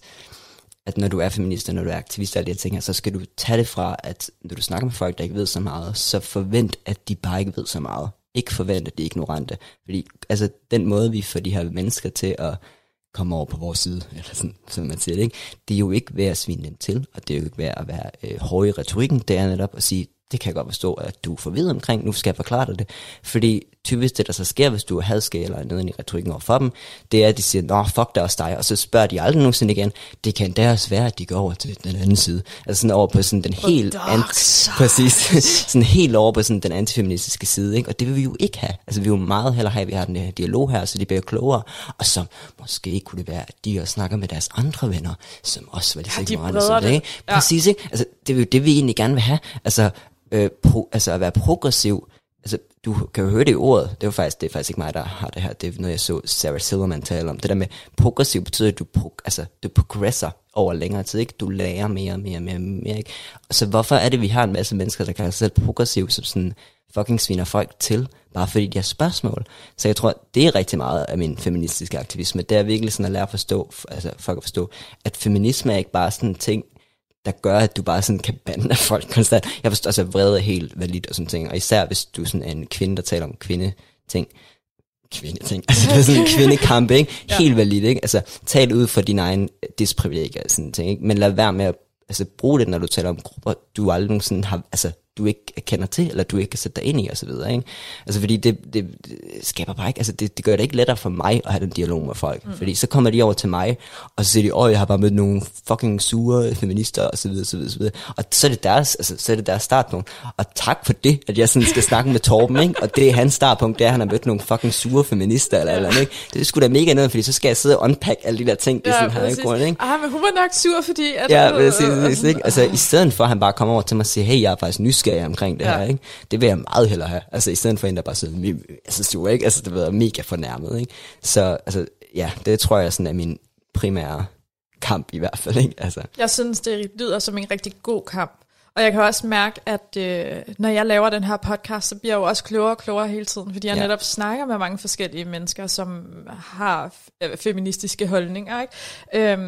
at når du er feminist, og når du er aktivist og alle de her ting her, så skal du tage det fra, at når du snakker med folk, der ikke ved så meget, så forvent, at de bare ikke ved så meget. Ikke forvent, at de er ignorante. Fordi altså, den måde, vi får de her mennesker til at komme over på vores side, eller sådan, som man siger det, ikke? Det er jo ikke ved at svine dem til, og det er jo ikke ved at være øh, hård i retorikken, det er netop at sige, det kan jeg godt forstå, at du er forvirret omkring, nu skal jeg forklare dig det. Fordi typisk det, der så sker, hvis du er hadske eller nede i retorikken over for dem, det er, at de siger, nå, fuck, der også dig, og så spørger de aldrig nogensinde igen. Det kan endda også være, at de går over til den anden side. Altså sådan over på sådan den helt anti- præcis, sådan helt over på sådan den antifeministiske side, ikke? Og det vil vi jo ikke have. Altså vi vil jo meget hellere have, at vi har den her dialog her, så de bliver klogere, og så måske kunne det være, at de også snakker med deres andre venner, som også var lige så ignorante som det, ikke? Ja. Præcis, ikke? Altså det er jo det, vi egentlig gerne vil have. Altså Øh, pro, altså at være progressiv, altså du kan jo høre det i ordet, det er jo faktisk, det er faktisk ikke mig, der har det her, det er noget, jeg så Sarah Silverman tale om, det der med progressiv betyder, at du, pro, altså, du progresser over længere tid, ikke? Du lærer mere, mere, mere, mere, ikke? Så hvorfor er det, vi har en masse mennesker, der kalder sig selv progressiv, som sådan fucking sviner folk til, bare fordi de har spørgsmål? Så jeg tror, det er rigtig meget af min feministiske aktivisme, det er virkelig sådan at lære at forstå, altså folk at forstå, at feminisme er ikke bare sådan en ting, der gør, at du bare sådan kan bande af folk konstant. Jeg forstår, altså vrede er helt valid og sådan ting, og især hvis du er sådan en kvinde, der taler om kvinde-ting, kvinde-ting, altså det er sådan en kvindekamp, ikke? Ja. Helt valid, ikke? Altså, tal ud for din egen disprivilegier og sådan ting, ikke? Men lad være med at altså, bruge det, når du taler om grupper, du aldrig nogensinde har, altså, du ikke kender til, eller du ikke kan sætte dig ind i, og så videre, ikke? Altså, fordi det, det, det skaber bare ikke, altså, det, det gør det ikke lettere for mig at have den dialog med folk, mm. fordi så kommer de over til mig, og så siger de, åh, jeg har bare mødt nogle fucking sure feminister, og så videre, så videre, så videre, og så er det deres, altså, så er det deres startpunkt, og tak for det, at jeg sådan skal snakke med Torben, ikke? Og det er hans startpunkt, det er, at han har mødt nogle fucking sure feminister, eller eller andet, ikke? Det er sgu da mega noget, fordi så skal jeg sidde og unpack alle de der ting, det er ja, sådan her, ikke? Grund, ikke? Ah, men hun var nok sur, fordi at ja, det er ikke? Altså, i stedet for, at han bare kommer over til mig og siger, hey, jeg er faktisk nysgerrig omkring det ja. her, ikke? Det vil jeg meget hellere have. Altså, i stedet for en, der bare sidder, altså, sur, ikke? Altså, det vil være mega fornærmet, ikke? Så, altså, ja, det tror jeg sådan er min primære kamp i hvert fald, ikke? Altså. Jeg synes, det lyder som en rigtig god kamp. Og jeg kan også mærke, at øh, når jeg laver den her podcast, så bliver jeg jo også klogere og klogere hele tiden, fordi jeg ja. netop snakker med mange forskellige mennesker, som har øh, feministiske holdninger, ikke? Øhm,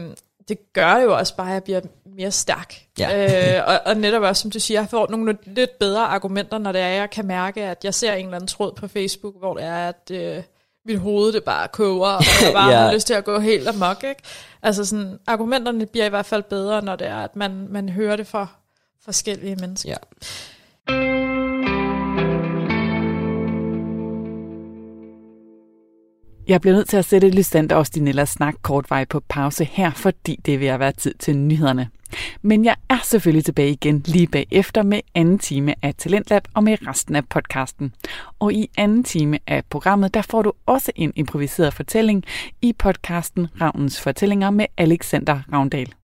det gør jo også bare, at jeg bliver mere stærk. Ja. øh, og, og netop også, som du siger, jeg får nogle lidt bedre argumenter, når det er, jeg kan mærke, at jeg ser en eller anden tråd på Facebook, hvor det er, at øh, mit hoved det bare koger, og jeg bare ja. har lyst til at gå helt amok, ikke? Altså sådan, argumenterne bliver i hvert fald bedre, når det er, at man, man hører det fra forskellige mennesker. Ja. Jeg bliver nødt til at sætte Lysander og Stinellas snak kortvej på pause her, fordi det vil være tid til nyhederne. Men jeg er selvfølgelig tilbage igen lige bagefter med anden time af Talentlab og med resten af podcasten. Og i anden time af programmet, der får du også en improviseret fortælling i podcasten Ravnens Fortællinger med Alexander Ravndal.